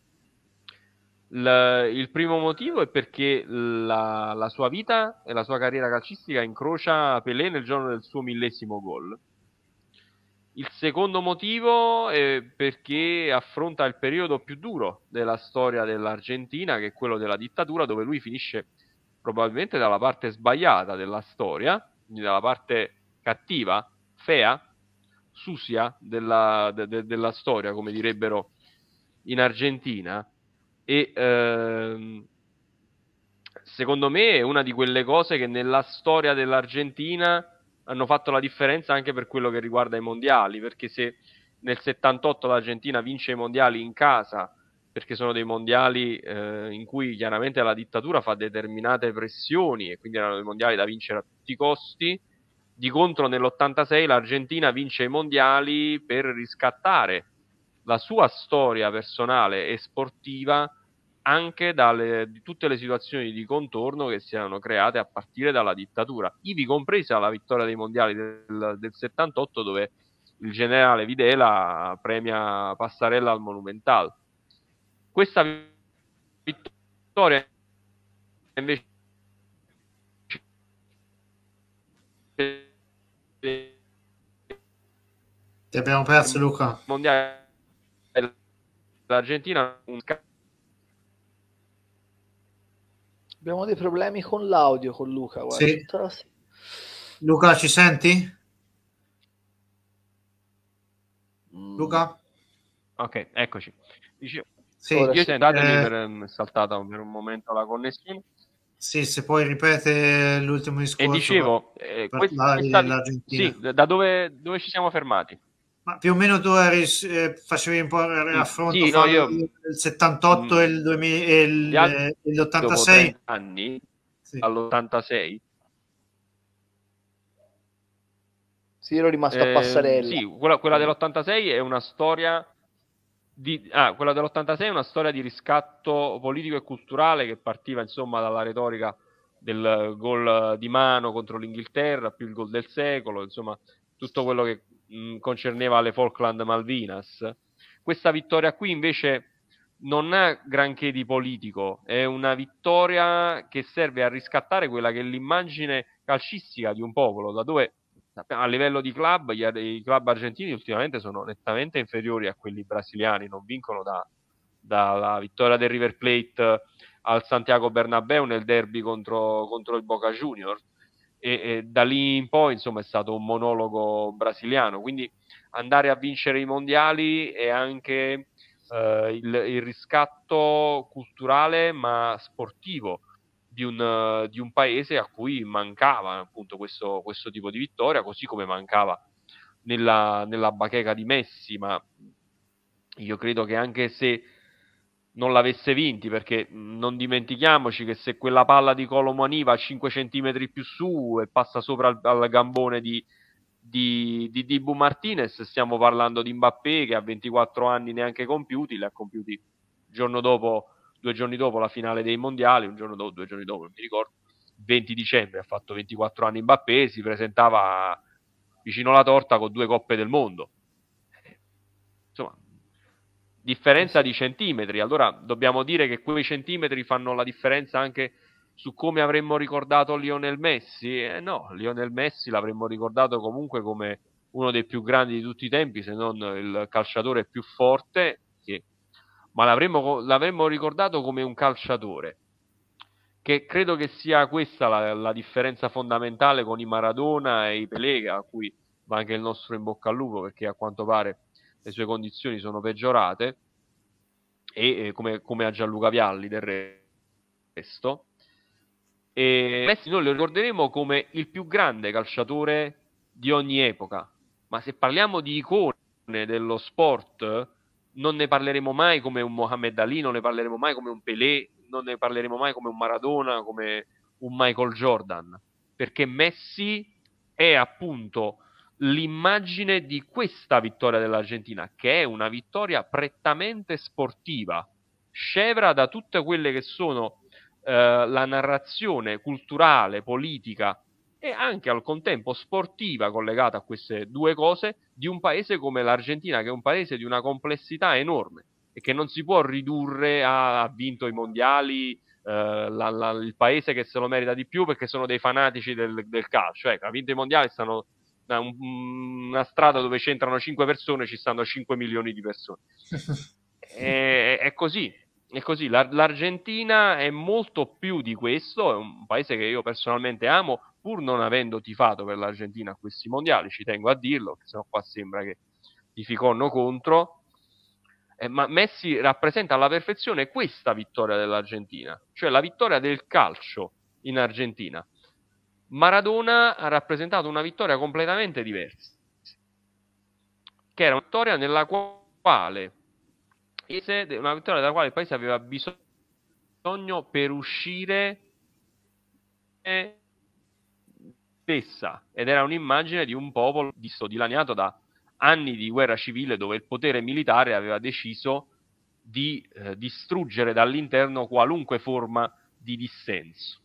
il, il primo motivo è perché la, la sua vita e la sua carriera calcistica incrocia Pelé nel giorno del suo millesimo gol. Il secondo motivo è perché affronta il periodo più duro della storia dell'Argentina, che è quello della dittatura, dove lui finisce probabilmente dalla parte sbagliata della storia, quindi dalla parte cattiva, fea, susia della, de, de, della storia, come direbbero in Argentina. E ehm, secondo me è una di quelle cose che nella storia dell'Argentina hanno fatto la differenza anche per quello che riguarda i mondiali, perché se nel settantotto l'Argentina vince i mondiali in casa, perché sono dei mondiali eh, in cui chiaramente la dittatura fa determinate pressioni, e quindi erano dei mondiali da vincere a tutti i costi, di contro nell'ottantasei l'Argentina vince i mondiali per riscattare la sua storia personale e sportiva anche dalle, di tutte le situazioni di contorno che si erano create a partire dalla dittatura, ivi compresa la vittoria dei mondiali del, del settantotto, dove il generale Videla premia Passarella al Monumental. Questa vittoria invece ti abbiamo perso, Luca. Mondiale l'Argentina un Abbiamo dei problemi con l'audio con Luca, guarda. Sì. La... Luca, ci senti? Mm. Luca? Ok, eccoci. Dicevo, sì, io sì, sentatemi eh... per è saltata per un momento la connessione. Sì, se poi ripete l'ultimo discorso. E dicevo, eh, questa, sì, da dove, dove ci siamo fermati? Ma più o meno tu eri, eh, facevi un po' il raffronto sì, fra no, io, il settantotto mh, e il duemila e il, l'ottantasei. Dopo trenta anni, sì. All'ottantasei. Sì, ero rimasto eh, a Passarella. Sì, quella, quella dell'ottantasei è una storia di, ah, quella dell'ottantasei è una storia di riscatto politico e culturale che partiva insomma dalla retorica del gol di mano contro l'Inghilterra, più il gol del secolo, insomma tutto quello che mh, concerneva le Falkland Malvinas. Questa vittoria qui invece non ha granché di politico, è una vittoria che serve a riscattare quella che è l'immagine calcistica di un popolo, da dove a livello di club gli, i club argentini ultimamente sono nettamente inferiori a quelli brasiliani, non vincono da, dalla vittoria del River Plate al Santiago Bernabéu nel derby contro, contro il Boca Juniors, e, e da lì in poi insomma è stato un monologo brasiliano, quindi andare a vincere i mondiali è anche eh, il, il riscatto culturale ma sportivo di un, di un paese a cui mancava appunto questo, questo tipo di vittoria, così come mancava nella, nella bacheca di Messi. Ma io credo che anche se non l'avesse vinti, perché non dimentichiamoci che se quella palla di Kolo Muani va cinque centimetri più su e passa sopra al, al gambone di, di, di Dibu Martinez, stiamo parlando di Mbappé che ha ventiquattro anni neanche compiuti, li ha compiuti il giorno dopo, due giorni dopo la finale dei mondiali, un giorno dopo, due giorni dopo, non mi ricordo, venti dicembre ha fatto ventiquattro anni Mbappé, si presentava vicino alla torta con due coppe del mondo. Insomma, differenza di centimetri. Allora dobbiamo dire che quei centimetri fanno la differenza anche su come avremmo ricordato Lionel Messi? Eh no, Lionel Messi l'avremmo ricordato comunque come uno dei più grandi di tutti i tempi, se non il calciatore più forte, che... ma l'avremmo, l'avremmo ricordato come un calciatore, che credo che sia questa la, la differenza fondamentale con i Maradona e i Pelé, a cui va anche il nostro in bocca al lupo, perché a quanto pare le sue condizioni sono peggiorate, e eh, come, come a Gianluca Vialli del resto. E Messi noi lo ricorderemo come il più grande calciatore di ogni epoca, ma se parliamo di icone dello sport non ne parleremo mai come un Mohamed Ali, non ne parleremo mai come un Pelé, non ne parleremo mai come un Maradona, come un Michael Jordan, perché Messi è appunto l'immagine di questa vittoria dell'Argentina, che è una vittoria prettamente sportiva, scevra da tutte quelle che sono eh, la narrazione culturale, politica e anche al contempo sportiva collegata a queste due cose di un paese come l'Argentina, che è un paese di una complessità enorme e che non si può ridurre a ha vinto i mondiali, eh, la, la, il paese che se lo merita di più perché sono dei fanatici del, del calcio. Ecco, ha vinto i mondiali, stanno da un, una strada dove c'entrano cinque persone, ci stanno cinque milioni di persone. è, è così. È così, l'Argentina è molto più di questo, è un paese che io personalmente amo, pur non avendo tifato per l'Argentina a questi mondiali, ci tengo a dirlo, perché sennò qua sembra che tificonno contro, eh, ma Messi rappresenta alla perfezione questa vittoria dell'Argentina, cioè la vittoria del calcio in Argentina. Maradona ha rappresentato una vittoria completamente diversa, che era una vittoria nella quale una vittoria della quale il paese aveva bisogno per uscire stessa, ed era un'immagine di un popolo dilaniato da anni di guerra civile dove il potere militare aveva deciso di eh, distruggere dall'interno qualunque forma di dissenso.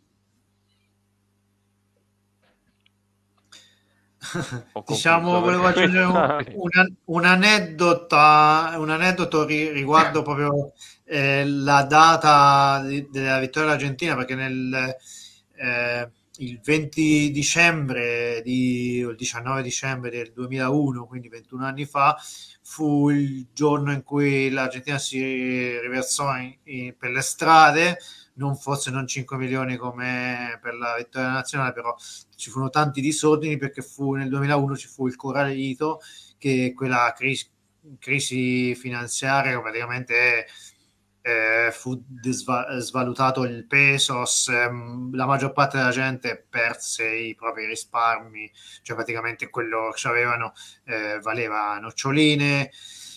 Diciamo, volevo aggiungere un, un, un aneddoto, un aneddoto riguardo proprio eh, la data di, della vittoria dell'Argentina, perché nel eh, il venti dicembre di, il diciannove dicembre del duemilauno, quindi ventuno anni fa, fu il giorno in cui l'Argentina si riversò in, in, per le strade. Non forse non cinque milioni come per la vittoria nazionale, però ci furono tanti disordini, perché fu nel duemilauno ci fu il Corralito, che quella crisi, crisi finanziaria praticamente eh, fu desva- svalutato il pesos, ehm, la maggior parte della gente perse i propri risparmi, cioè praticamente quello che avevano eh, valeva noccioline,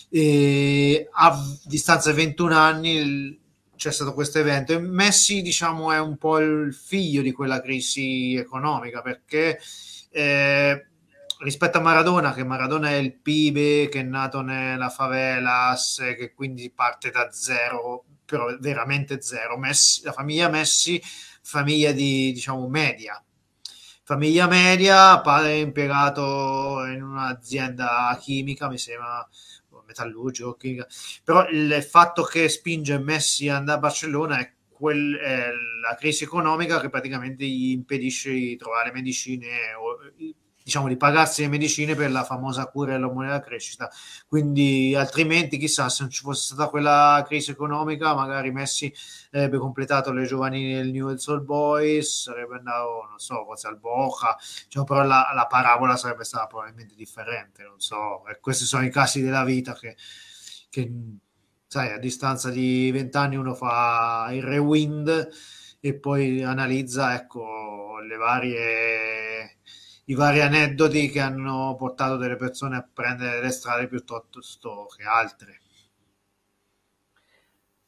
e a distanza di ventuno anni il, c'è stato questo evento, e Messi, diciamo, è un po' il figlio di quella crisi economica, perché eh, rispetto a Maradona, che Maradona è il pibe che è nato nella favelas, che quindi parte da zero, però veramente zero. Messi, la famiglia Messi, famiglia di, diciamo, media. Famiglia media, padre impiegato in un'azienda chimica, mi sembra, metallurgico, chimica. Però il fatto che spinge Messi ad andare a Barcellona è, quel, è la crisi economica che praticamente gli impedisce di trovare medicine, o diciamo di pagarsi le medicine per la famosa cura dell'ormone della crescita. Quindi altrimenti chissà, se non ci fosse stata quella crisi economica, magari Messi avrebbe completato le giovanili del Newell's Old Boys, sarebbe andato, non so, forse al Boca, cioè, però la, la parabola sarebbe stata probabilmente differente, non so. E questi sono i casi della vita che, che sai, a distanza di vent'anni uno fa il rewind e poi analizza, ecco, le varie i vari aneddoti che hanno portato delle persone a prendere le strade piuttosto che altre.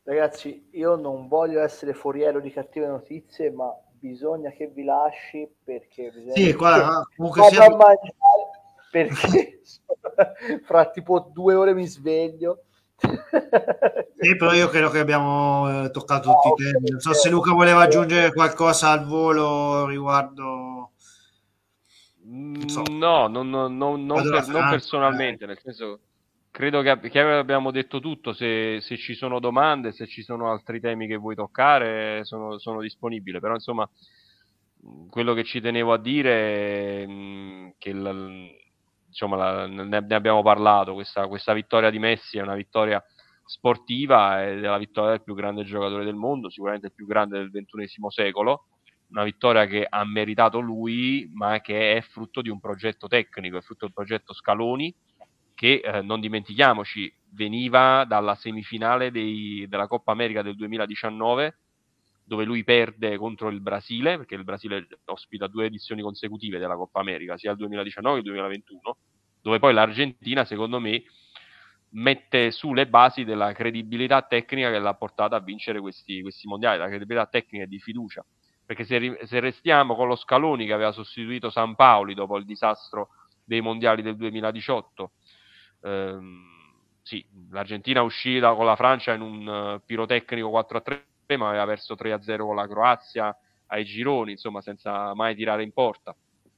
Ragazzi, io non voglio essere foriero di cattive notizie, ma bisogna che vi lasci perché bisogna sì, che qua, comunque vado sia... a mangiare perché fra tipo due ore mi sveglio. Sì, però io credo che abbiamo eh, toccato Ah, tutti i ok, temi. Non so se ok. Luca voleva aggiungere qualcosa al volo riguardo, non so, No, non, non- non- non riguardo la per- non Francia, magari. personalmente, nel senso, credo che, ab- che abbiamo detto tutto. Se, se ci sono domande, se ci sono altri temi che vuoi toccare, sono, sono disponibile. Però, insomma, mh, quello che ci tenevo a dire, mh, che la- insomma, la- ne, ne abbiamo parlato, questa, questa vittoria di Messi è una vittoria sportiva ed è la vittoria del più grande giocatore del mondo, sicuramente il più grande del ventunesimo secolo, una vittoria che ha meritato lui, ma che è frutto di un progetto tecnico, è frutto del progetto Scaloni, che eh, non dimentichiamoci, veniva dalla semifinale dei, della Coppa America del duemiladiciannove, dove lui perde contro il Brasile, perché il Brasile ospita due edizioni consecutive della Coppa America, sia il duemiladiciannove che il duemilaventuno, dove poi l'Argentina, secondo me, mette su le basi della credibilità tecnica che l'ha portata a vincere questi, questi mondiali, la credibilità tecnica e di fiducia. Perché se, se restiamo con lo Scaloni che aveva sostituito Sampaoli dopo il disastro dei mondiali del duemiladiciotto, ehm, sì, l'Argentina uscì da, con la Francia in un uh, pirotecnico quattro a tre, ma aveva perso tre a zero con la Croazia ai gironi, insomma, senza mai tirare in porta.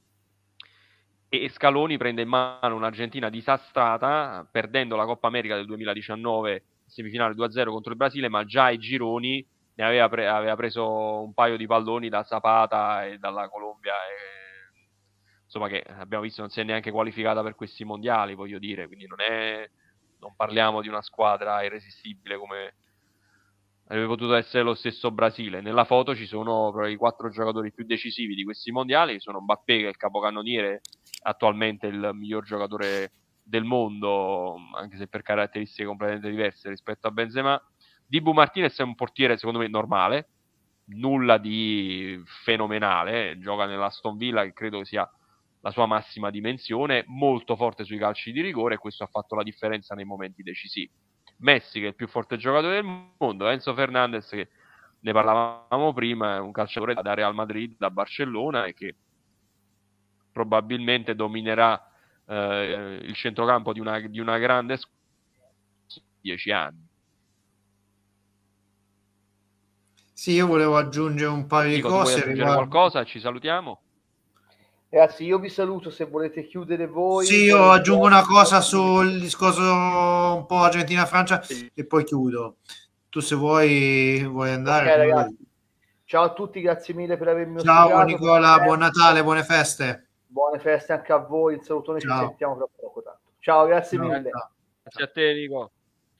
E Scaloni prende in mano un'Argentina disastrata, perdendo la Coppa America del duemiladiciannove, semifinale due a zero contro il Brasile, ma già ai gironi ne aveva, pre- aveva preso un paio di palloni da Zapata e dalla Colombia, e, insomma, che abbiamo visto non si è neanche qualificata per questi mondiali, voglio dire, quindi non è, non parliamo di una squadra irresistibile come avrebbe potuto essere lo stesso Brasile. Nella foto ci sono proprio i quattro giocatori più decisivi di questi mondiali, che sono Mbappé, che è il capocannoniere, attualmente il miglior giocatore del mondo, anche se per caratteristiche completamente diverse rispetto a Benzema. Dibu Martinez è un portiere secondo me normale, nulla di fenomenale, gioca nell'Aston Villa, che credo sia la sua massima dimensione, molto forte sui calci di rigore, e questo ha fatto la differenza nei momenti decisivi. Messi, che è il più forte giocatore del mondo, Enzo Fernandez, che ne parlavamo prima, è un calciatore da Real Madrid, da Barcellona, e che probabilmente dominerà eh, il centrocampo di una, di una grande squadra dieci anni. Sì, io volevo aggiungere un paio Nico, di tu vuoi cose aggiungere riguardo... qualcosa? Ci salutiamo. Ragazzi, io vi saluto, se volete chiudere voi. Sì, io aggiungo una cosa volentieri. sul discorso un po' Argentina-Francia e poi chiudo. Tu se vuoi, vuoi Ok, andare, come vedi. ragazzi. Ciao a tutti, grazie mille per avermi Ciao ospitato. Come Nicola, buon sempre. Natale, buone feste. Buone feste anche a voi. Il salutone, ci Ciao. sentiamo tra poco. Tanto. Ciao, grazie Ciao. mille. Ciao. Grazie a te, Nico.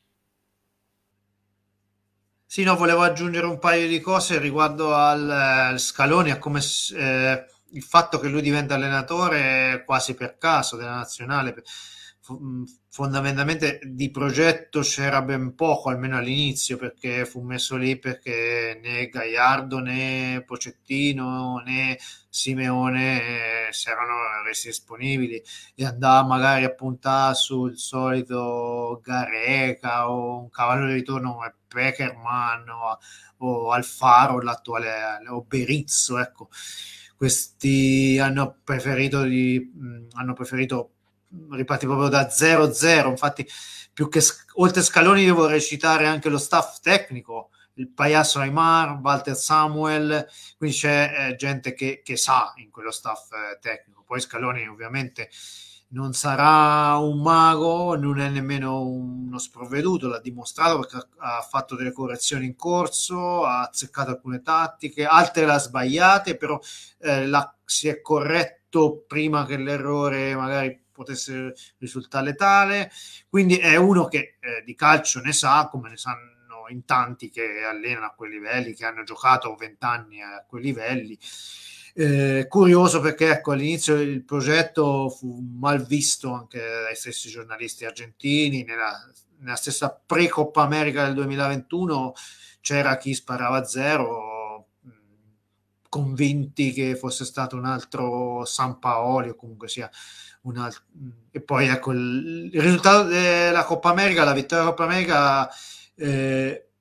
Sì, no, volevo aggiungere un paio di cose riguardo al, al Scaloni, a come eh, il fatto che lui diventa allenatore quasi per caso della nazionale. F- fondamentalmente di progetto c'era ben poco, almeno all'inizio, perché fu messo lì perché né Gaiardo né Pocettino né Simeone eh, si erano resi disponibili e andava magari a puntare sul solito Gareca o un cavallo di ritorno come Peckerman o, o Alfaro, l'attuale, o Berizzo, ecco. Questi hanno preferito, di, mh, hanno preferito ripartire proprio da zero zero. Infatti, più che oltre Scaloni, io vorrei citare anche lo staff tecnico, il Payaso Aymar, Walter Samuel, quindi c'è eh, gente che, che sa in quello staff eh, tecnico. Poi Scaloni ovviamente non sarà un mago, non è nemmeno uno sprovveduto, l'ha dimostrato perché ha fatto delle correzioni in corso, ha azzeccato alcune tattiche, altre l'ha sbagliate, però eh, la, si è corretto prima che l'errore magari potesse risultare letale, quindi è uno che eh, di calcio ne sa, come ne sanno in tanti che allenano a quei livelli, che hanno giocato vent'anni a quei livelli. Eh, curioso perché ecco, all'inizio il progetto fu mal visto anche dai stessi giornalisti argentini, nella, nella stessa pre-Coppa America del duemilaventuno c'era chi sparava a zero, convinti che fosse stato un altro Sampaoli o comunque sia un altro. E poi ecco il, il risultato della Coppa America, la vittoria della Coppa America eh,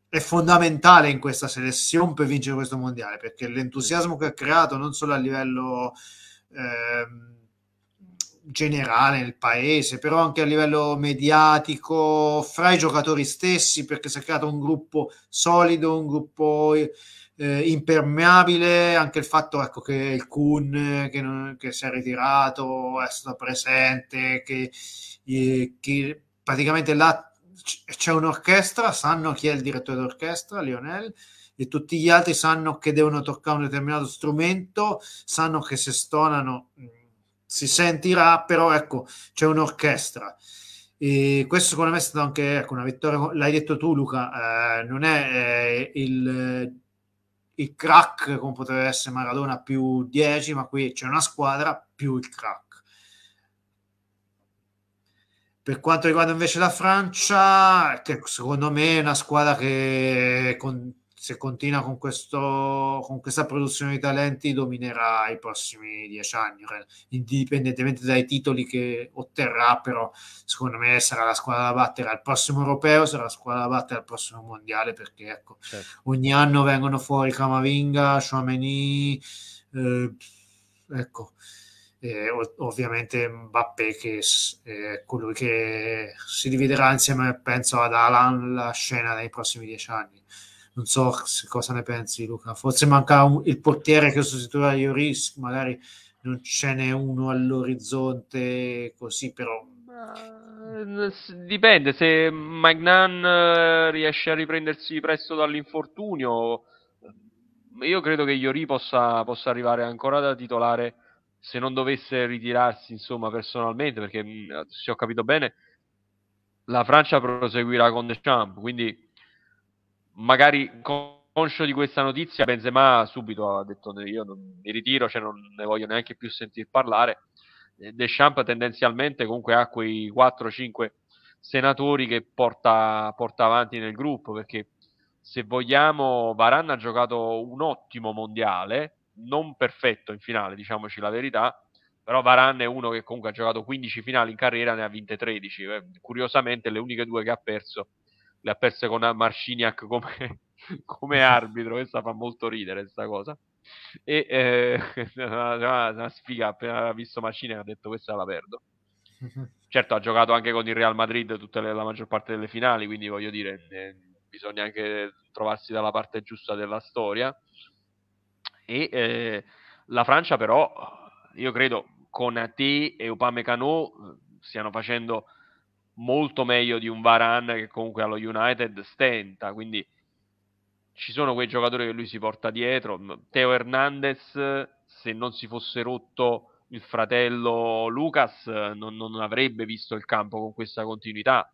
è fondamentale in questa selezione per vincere questo mondiale, perché l'entusiasmo che ha creato non solo a livello ehm, generale nel paese, però anche a livello mediatico fra i giocatori stessi, perché si è creato un gruppo solido, un gruppo eh, impermeabile, anche il fatto, ecco, che il Kun che, non, che si è ritirato è stato presente, che, eh, che praticamente là c'è un'orchestra, sanno chi è il direttore d'orchestra, Lionel, e tutti gli altri sanno che devono toccare un determinato strumento, sanno che se stonano si sentirà, però ecco, c'è un'orchestra. E questo secondo me è stato anche, ecco, una vittoria, l'hai detto tu Luca, eh, non è eh, il, il crack come potrebbe essere Maradona più dieci, ma qui c'è una squadra più il crack. Per quanto riguarda invece la Francia, che secondo me è una squadra che con, se continua con, questo, con questa produzione di talenti dominerà i prossimi dieci anni, indipendentemente dai titoli che otterrà, però secondo me sarà la squadra da battere al prossimo europeo, sarà la squadra da battere al prossimo mondiale, perché ecco, certo, ogni anno vengono fuori Camavinga, Tchouaméni, eh, ecco, eh, ov- ovviamente Mbappé che è colui che si dividerà insieme, penso, ad Alan la scena nei prossimi dieci anni. Non so cosa ne pensi Luca, forse manca un, il portiere che sostituirà Lloris, magari non ce n'è uno all'orizzonte così, però dipende se Magnan riesce a riprendersi presto dall'infortunio. Io credo che Iori possa, possa arrivare ancora da titolare se non dovesse ritirarsi, insomma, personalmente, perché se ho capito bene la Francia proseguirà con Deschamps, quindi magari conscio di questa notizia Benzema subito ha detto io non mi ritiro, cioè non ne voglio neanche più sentir parlare. Deschamps tendenzialmente comunque ha quei quattro cinque senatori che porta, porta avanti nel gruppo, perché se vogliamo Varane ha giocato un ottimo mondiale, non perfetto in finale, diciamoci la verità, però Varane è uno che comunque ha giocato quindici finali in carriera, ne ha vinte tredici. Eh, curiosamente le uniche due che ha perso le ha perse con Marciniak come, come arbitro, questa fa molto ridere questa cosa. E eh, una, una sfiga, appena visto Marciniak ha detto questa la perdo. Certo ha giocato anche con il Real Madrid tutte le, la maggior parte delle finali, quindi voglio dire eh, bisogna anche trovarsi dalla parte giusta della storia. E eh, la Francia però io credo con te e Upamecano stiano facendo molto meglio di un Varane che comunque allo United stenta, quindi ci sono quei giocatori che lui si porta dietro. Teo Hernandez, se non si fosse rotto il fratello Lucas, non, non avrebbe visto il campo con questa continuità.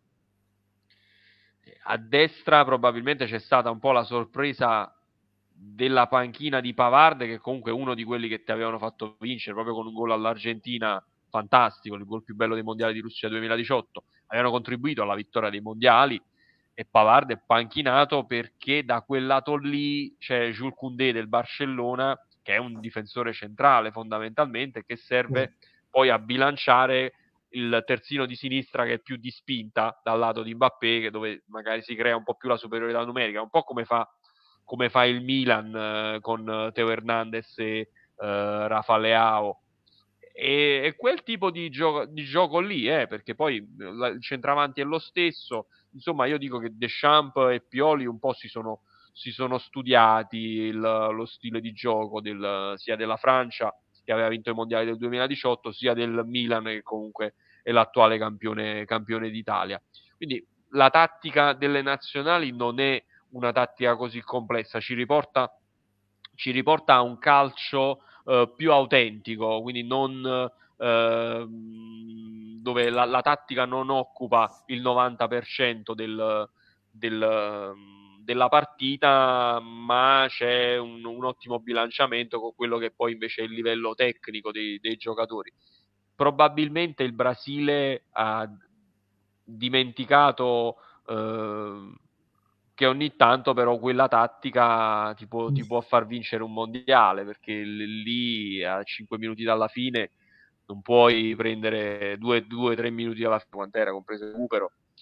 A destra probabilmente c'è stata un po' la sorpresa della panchina di Pavard, che comunque è uno di quelli che ti avevano fatto vincere proprio con un gol all'Argentina fantastico, il gol più bello dei mondiali di Russia duemiladiciotto, avevano contribuito alla vittoria dei mondiali, e Pavard è panchinato perché da quel lato lì c'è Jules Koundé del Barcellona, che è un difensore centrale fondamentalmente, che serve poi a bilanciare il terzino di sinistra che è più di spinta dal lato di Mbappé, dove magari si crea un po' più la superiorità numerica, un po' come fa, come fa il Milan eh, con Teo Hernandez e eh, Rafa Leao. E, e quel tipo di, gio- di gioco lì, eh, perché poi la, il centravanti è lo stesso. Insomma, io dico che Deschamps e Pioli un po' si sono, si sono studiati il, lo stile di gioco del, sia della Francia, che aveva vinto i mondiali del duemiladiciotto, sia del Milan, che comunque è l'attuale campione, campione d'Italia. Quindi la tattica delle nazionali non è una tattica così complessa, ci riporta, ci riporta a un calcio eh, più autentico, quindi non eh, dove la, la tattica non occupa il novanta per cento del, del, della partita, ma c'è un, un ottimo bilanciamento con quello che poi invece è il livello tecnico dei, dei giocatori. Probabilmente il Brasile ha dimenticato eh, che ogni tanto però quella tattica ti può, ti può far vincere un mondiale, perché lì a cinque minuti dalla fine non puoi prendere due tre minuti dalla fine, quant'era, compreso il recupero,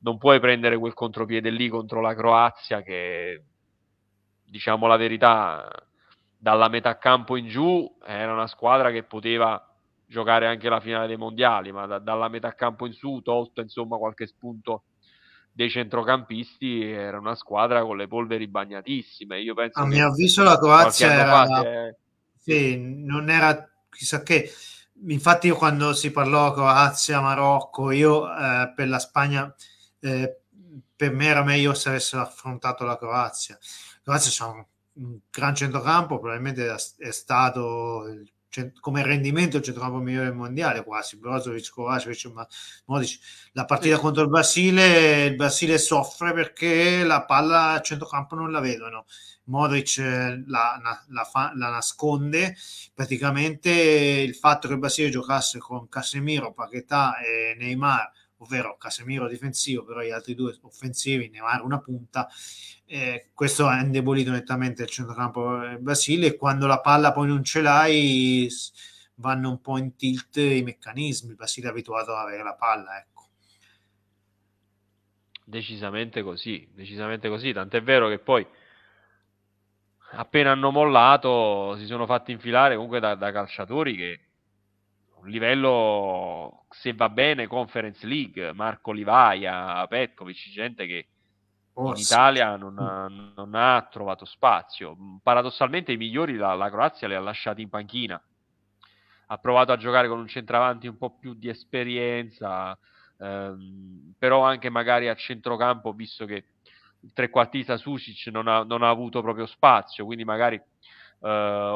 non puoi prendere quel contropiede lì contro la Croazia che, diciamo la verità, dalla metà campo in giù era una squadra che poteva giocare anche la finale dei mondiali, ma da, dalla metà campo in su, tolto insomma qualche spunto dei centrocampisti, era una squadra con le polveri bagnatissime. Io penso A che mio avviso la qualche Croazia anno era, fa si è... sì, non era chissà che. Infatti io quando si parlò Croazia, Marocco, io eh, per la Spagna, eh, per me era meglio se avessero affrontato la Croazia. La Croazia c'ha un gran centrocampo, probabilmente è stato il cent- come rendimento il centrocampo migliore del mondiale, quasi Brozovic, Kovacic, ma Modric. La partita Sì. contro il Brasile, il Brasile soffre perché la palla a centrocampo non la vedono. Modric la, la, la, fa, la nasconde. Praticamente il fatto che il Brasile giocasse con Casemiro, Paquetá e Neymar, ovvero Casemiro difensivo, però gli altri due offensivi, Neymar una punta, eh, questo ha indebolito nettamente il centrocampo del Brasile, e quando la palla poi non ce l'hai vanno un po' in tilt i meccanismi. Il Brasile è abituato ad avere la palla, ecco. Decisamente così, decisamente così, tant'è vero che poi appena hanno mollato si sono fatti infilare comunque da, da calciatori che un livello, se va bene, Conference League, Marco Livaia, Petkovic, gente che in Forse. Italia non ha, non ha trovato spazio. Paradossalmente i migliori la, la Croazia li ha lasciati in panchina. Ha provato a giocare con un centravanti un po' più di esperienza, ehm, però anche magari a centrocampo, visto che il trequartista Susic non ha, non ha avuto proprio spazio, quindi magari uh,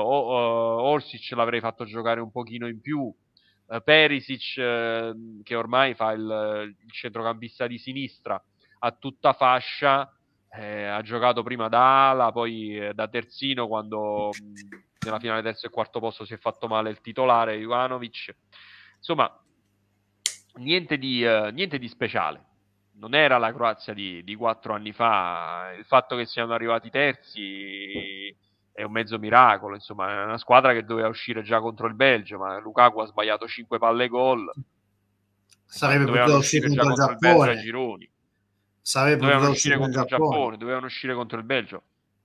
Orsic l'avrei fatto giocare un pochino in più, uh, Perisic, uh, che ormai fa il, il centrocampista di sinistra a tutta fascia, eh, ha giocato prima da ala, poi eh, da terzino quando mh, nella finale terzo e quarto posto si è fatto male il titolare Ivanovic. Insomma, niente di, uh, niente di speciale. Non era la Croazia di, di quattro anni fa. Il fatto che siano arrivati terzi è un mezzo miracolo. Insomma, è una squadra che doveva uscire già contro il Belgio, ma Lukaku ha sbagliato cinque palle gol. Sarebbe Dovevano potuto uscire uscire già contro il contro il Belgio ai Giappone. gironi. Sarebbe Dovevano potuto uscire uscire contro il Giappone. Giappone, dovevano uscire contro il Belgio.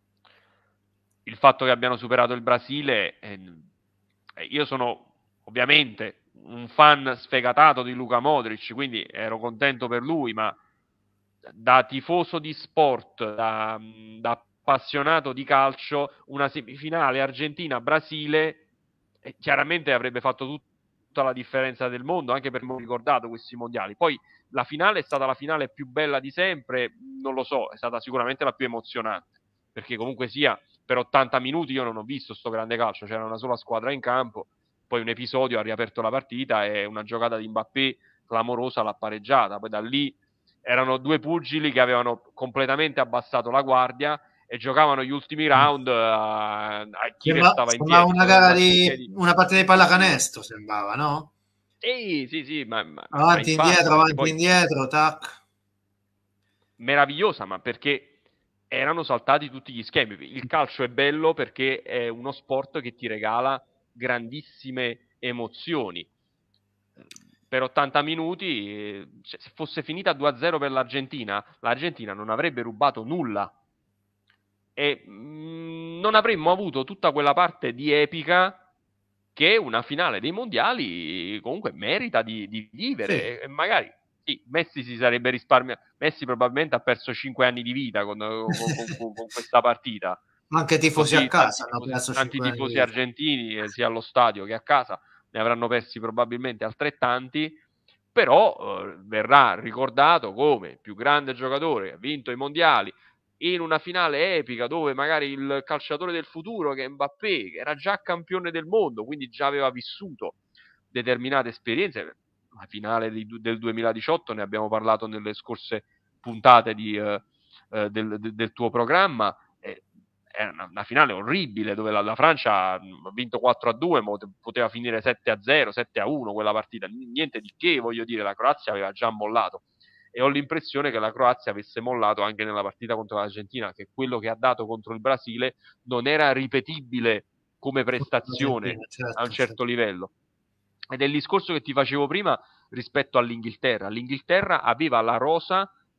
Il fatto che abbiano superato il Brasile, eh, io sono ovviamente un fan sfegatato di Luka Modric, quindi ero contento per lui, ma da tifoso di sport, da, da appassionato di calcio, una semifinale Argentina-Brasile eh, chiaramente avrebbe fatto tutta la differenza del mondo, anche per me ho ricordato questi mondiali. Poi la finale è stata la finale più bella di sempre, non lo so, è stata sicuramente la più emozionante, perché comunque sia per ottanta minuti io non ho visto sto grande calcio, c'era una sola squadra in campo, poi un episodio ha riaperto la partita e una giocata di Mbappé clamorosa l'ha pareggiata, poi da lì erano due pugili che avevano completamente abbassato la guardia e giocavano gli ultimi round a, a chi Sembra, restava in sembrava piedi, una doveva gara rimanere in di piedi una partita di pallacanestro, sembrava, no? sì, sì, sì, ma, ma, ma Avanti, infatti, indietro, perché avanti, poi indietro, tac. meravigliosa, ma perché erano saltati tutti gli schemi. Il calcio è bello perché è uno sport che ti regala grandissime emozioni. Per ottanta minuti, se fosse finita due a zero per l'Argentina, l'Argentina non avrebbe rubato nulla e mh, non avremmo avuto tutta quella parte di epica che una finale dei mondiali comunque merita di, di vivere. Sì. E magari sì, Messi si sarebbe risparmiato. Messi probabilmente ha perso cinque anni di vita con, con, con, con questa partita. Anche tifosi a Così tanti casa hanno tifosi, perso tanti cinque anni di tifosi vita. argentini, eh, sia allo stadio che a casa, ne avranno persi probabilmente altrettanti. Però eh, verrà ricordato come più grande giocatore che ha vinto i mondiali in una finale epica dove magari il calciatore del futuro che è Mbappé, che era già campione del mondo, quindi già aveva vissuto determinate esperienze. La finale di, del duemiladiciotto ne abbiamo parlato nelle scorse puntate di, eh, eh, del, del tuo programma. Eh, è una, una finale orribile dove la, la Francia ha vinto quattro a due, ma poteva finire sette a zero, sette a uno quella partita, niente di che, voglio dire, la Croazia aveva già mollato e ho l'impressione che la Croazia avesse mollato anche nella partita contro l'Argentina, che quello che ha dato contro il Brasile non era ripetibile come prestazione Certo, a un certo certo. livello. Ed è il discorso che ti facevo prima rispetto all'Inghilterra. L'Inghilterra aveva la rosa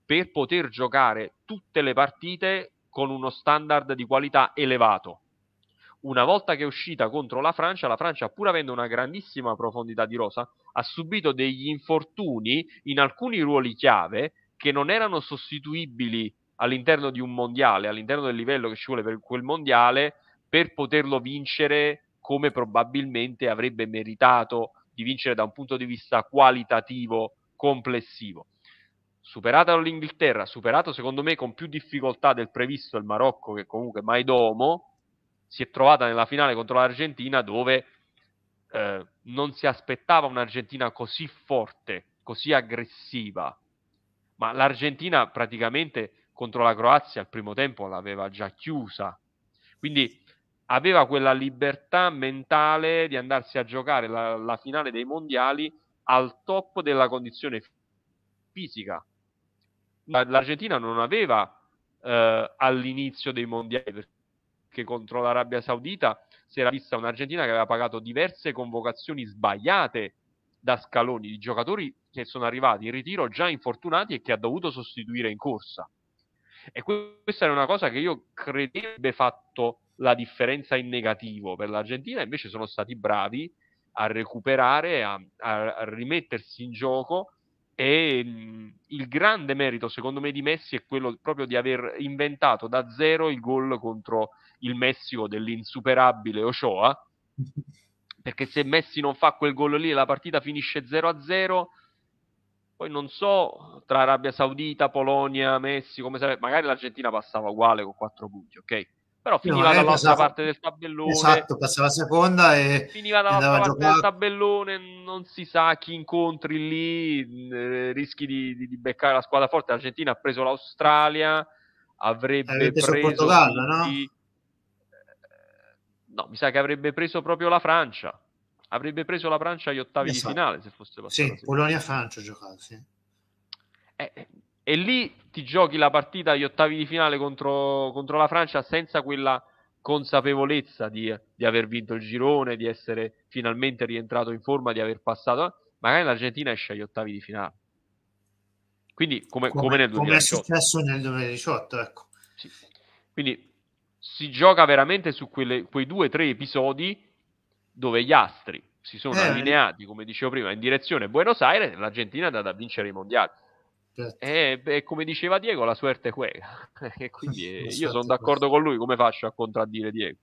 per poter giocare tutte le partite con uno standard di qualità elevato. Una volta che è uscita contro la Francia, la Francia, pur avendo una grandissima profondità di rosa, ha subito degli infortuni in alcuni ruoli chiave che non erano sostituibili all'interno di un mondiale, all'interno del livello che ci vuole per quel mondiale, per poterlo vincere come probabilmente avrebbe meritato di vincere da un punto di vista qualitativo complessivo. Superata l'Inghilterra, superato secondo me con più difficoltà del previsto il Marocco, che comunque mai domo, si è trovata nella finale contro l'Argentina, dove eh, non si aspettava un'Argentina così forte, così aggressiva, ma l'Argentina praticamente contro la Croazia al primo tempo l'aveva già chiusa, quindi aveva quella libertà mentale di andarsi a giocare la, la finale dei mondiali al top della condizione fisica. L'Argentina non aveva eh, all'inizio dei mondiali, che contro l'Arabia Saudita si era vista un'Argentina che aveva pagato diverse convocazioni sbagliate da Scaloni, di giocatori che sono arrivati in ritiro già infortunati e che ha dovuto sostituire in corsa. E questa è una cosa che io credevo avrebbe fatto la differenza in negativo per l'Argentina, invece sono stati bravi a recuperare, a, a rimettersi in gioco. E mh, il grande merito secondo me di Messi è quello proprio di aver inventato da zero il gol contro il Messico dell'insuperabile Ochoa, perché se Messi non fa quel gol lì e la partita finisce zero a zero, poi non so tra Arabia Saudita, Polonia, Messico come sarebbe, magari l'Argentina passava uguale con quattro punti, ok? Però finiva no, dall'altra passava, parte del tabellone. Esatto, passava seconda e finiva dall'altra parte del tabellone, non si sa chi incontri lì, eh, rischi di, di, di beccare la squadra forte. L'Argentina ha preso l'Australia, avrebbe preso Portogallo, quindi, no? Eh, no, mi sa che avrebbe preso proprio la Francia. Avrebbe preso la Francia agli ottavi esatto. di finale se fosse passata. Sì, Polonia-Francia ha giocato, sì. Eh, e lì ti giochi la partita agli ottavi di finale contro, contro la Francia senza quella consapevolezza di, di aver vinto il girone, di essere finalmente rientrato in forma, di aver passato. Magari l'Argentina esce agli ottavi di finale. Quindi come, come, come nel duemiladiciotto. Come è successo nel duemiladiciotto, ecco. Sì. Quindi si gioca veramente su quelle, quei due o tre episodi dove gli astri si sono eh, allineati, come dicevo prima, in direzione Buenos Aires e l'Argentina è andata a vincere i mondiali. Certo. E, e come diceva Diego, la suerte juega. E quindi eh, io sono d'accordo con lui, come faccio a contraddire Diego?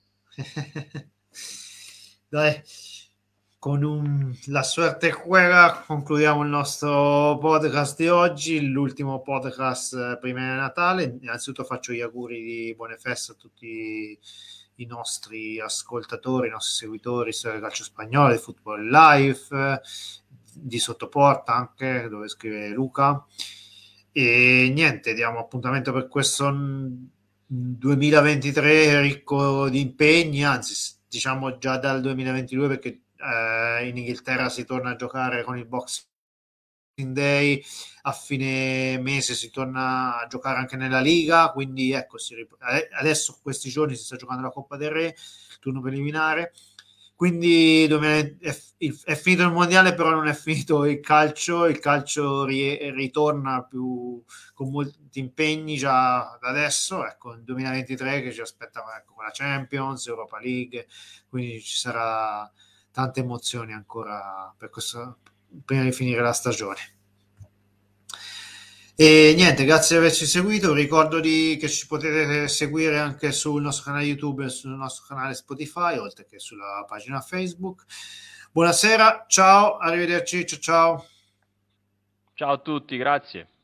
Dai, con un, la suerte juega concludiamo il nostro podcast di oggi, l'ultimo podcast prima di Natale. Innanzitutto faccio gli auguri di buone feste a tutti i nostri ascoltatori, i nostri seguitori, storia del calcio spagnolo, di Football Live, di Sottoporta anche, dove scrive Luca. E niente, diamo appuntamento per questo duemilaventitré ricco di impegni, anzi diciamo già dal duemilaventidue, perché eh, in Inghilterra si torna a giocare con il Boxing Day, a fine mese si torna a giocare anche nella Liga, quindi ecco, si rip- adesso questi giorni si sta giocando la Coppa del Re, il turno preliminare, quindi è, è finito il mondiale, però non è finito il calcio. Il calcio ri, ritorna più con molti impegni già da adesso, ecco, il duemilaventitré che ci aspetta, ecco, con la Champions, Europa League, quindi ci sarà tante emozioni ancora per questo, prima di finire la stagione. E niente, grazie di averci seguito. Ricordo di, che ci potete seguire anche sul nostro canale YouTube e sul nostro canale Spotify, oltre che sulla pagina Facebook. Buonasera, ciao, arrivederci, ciao ciao. Ciao a tutti, grazie.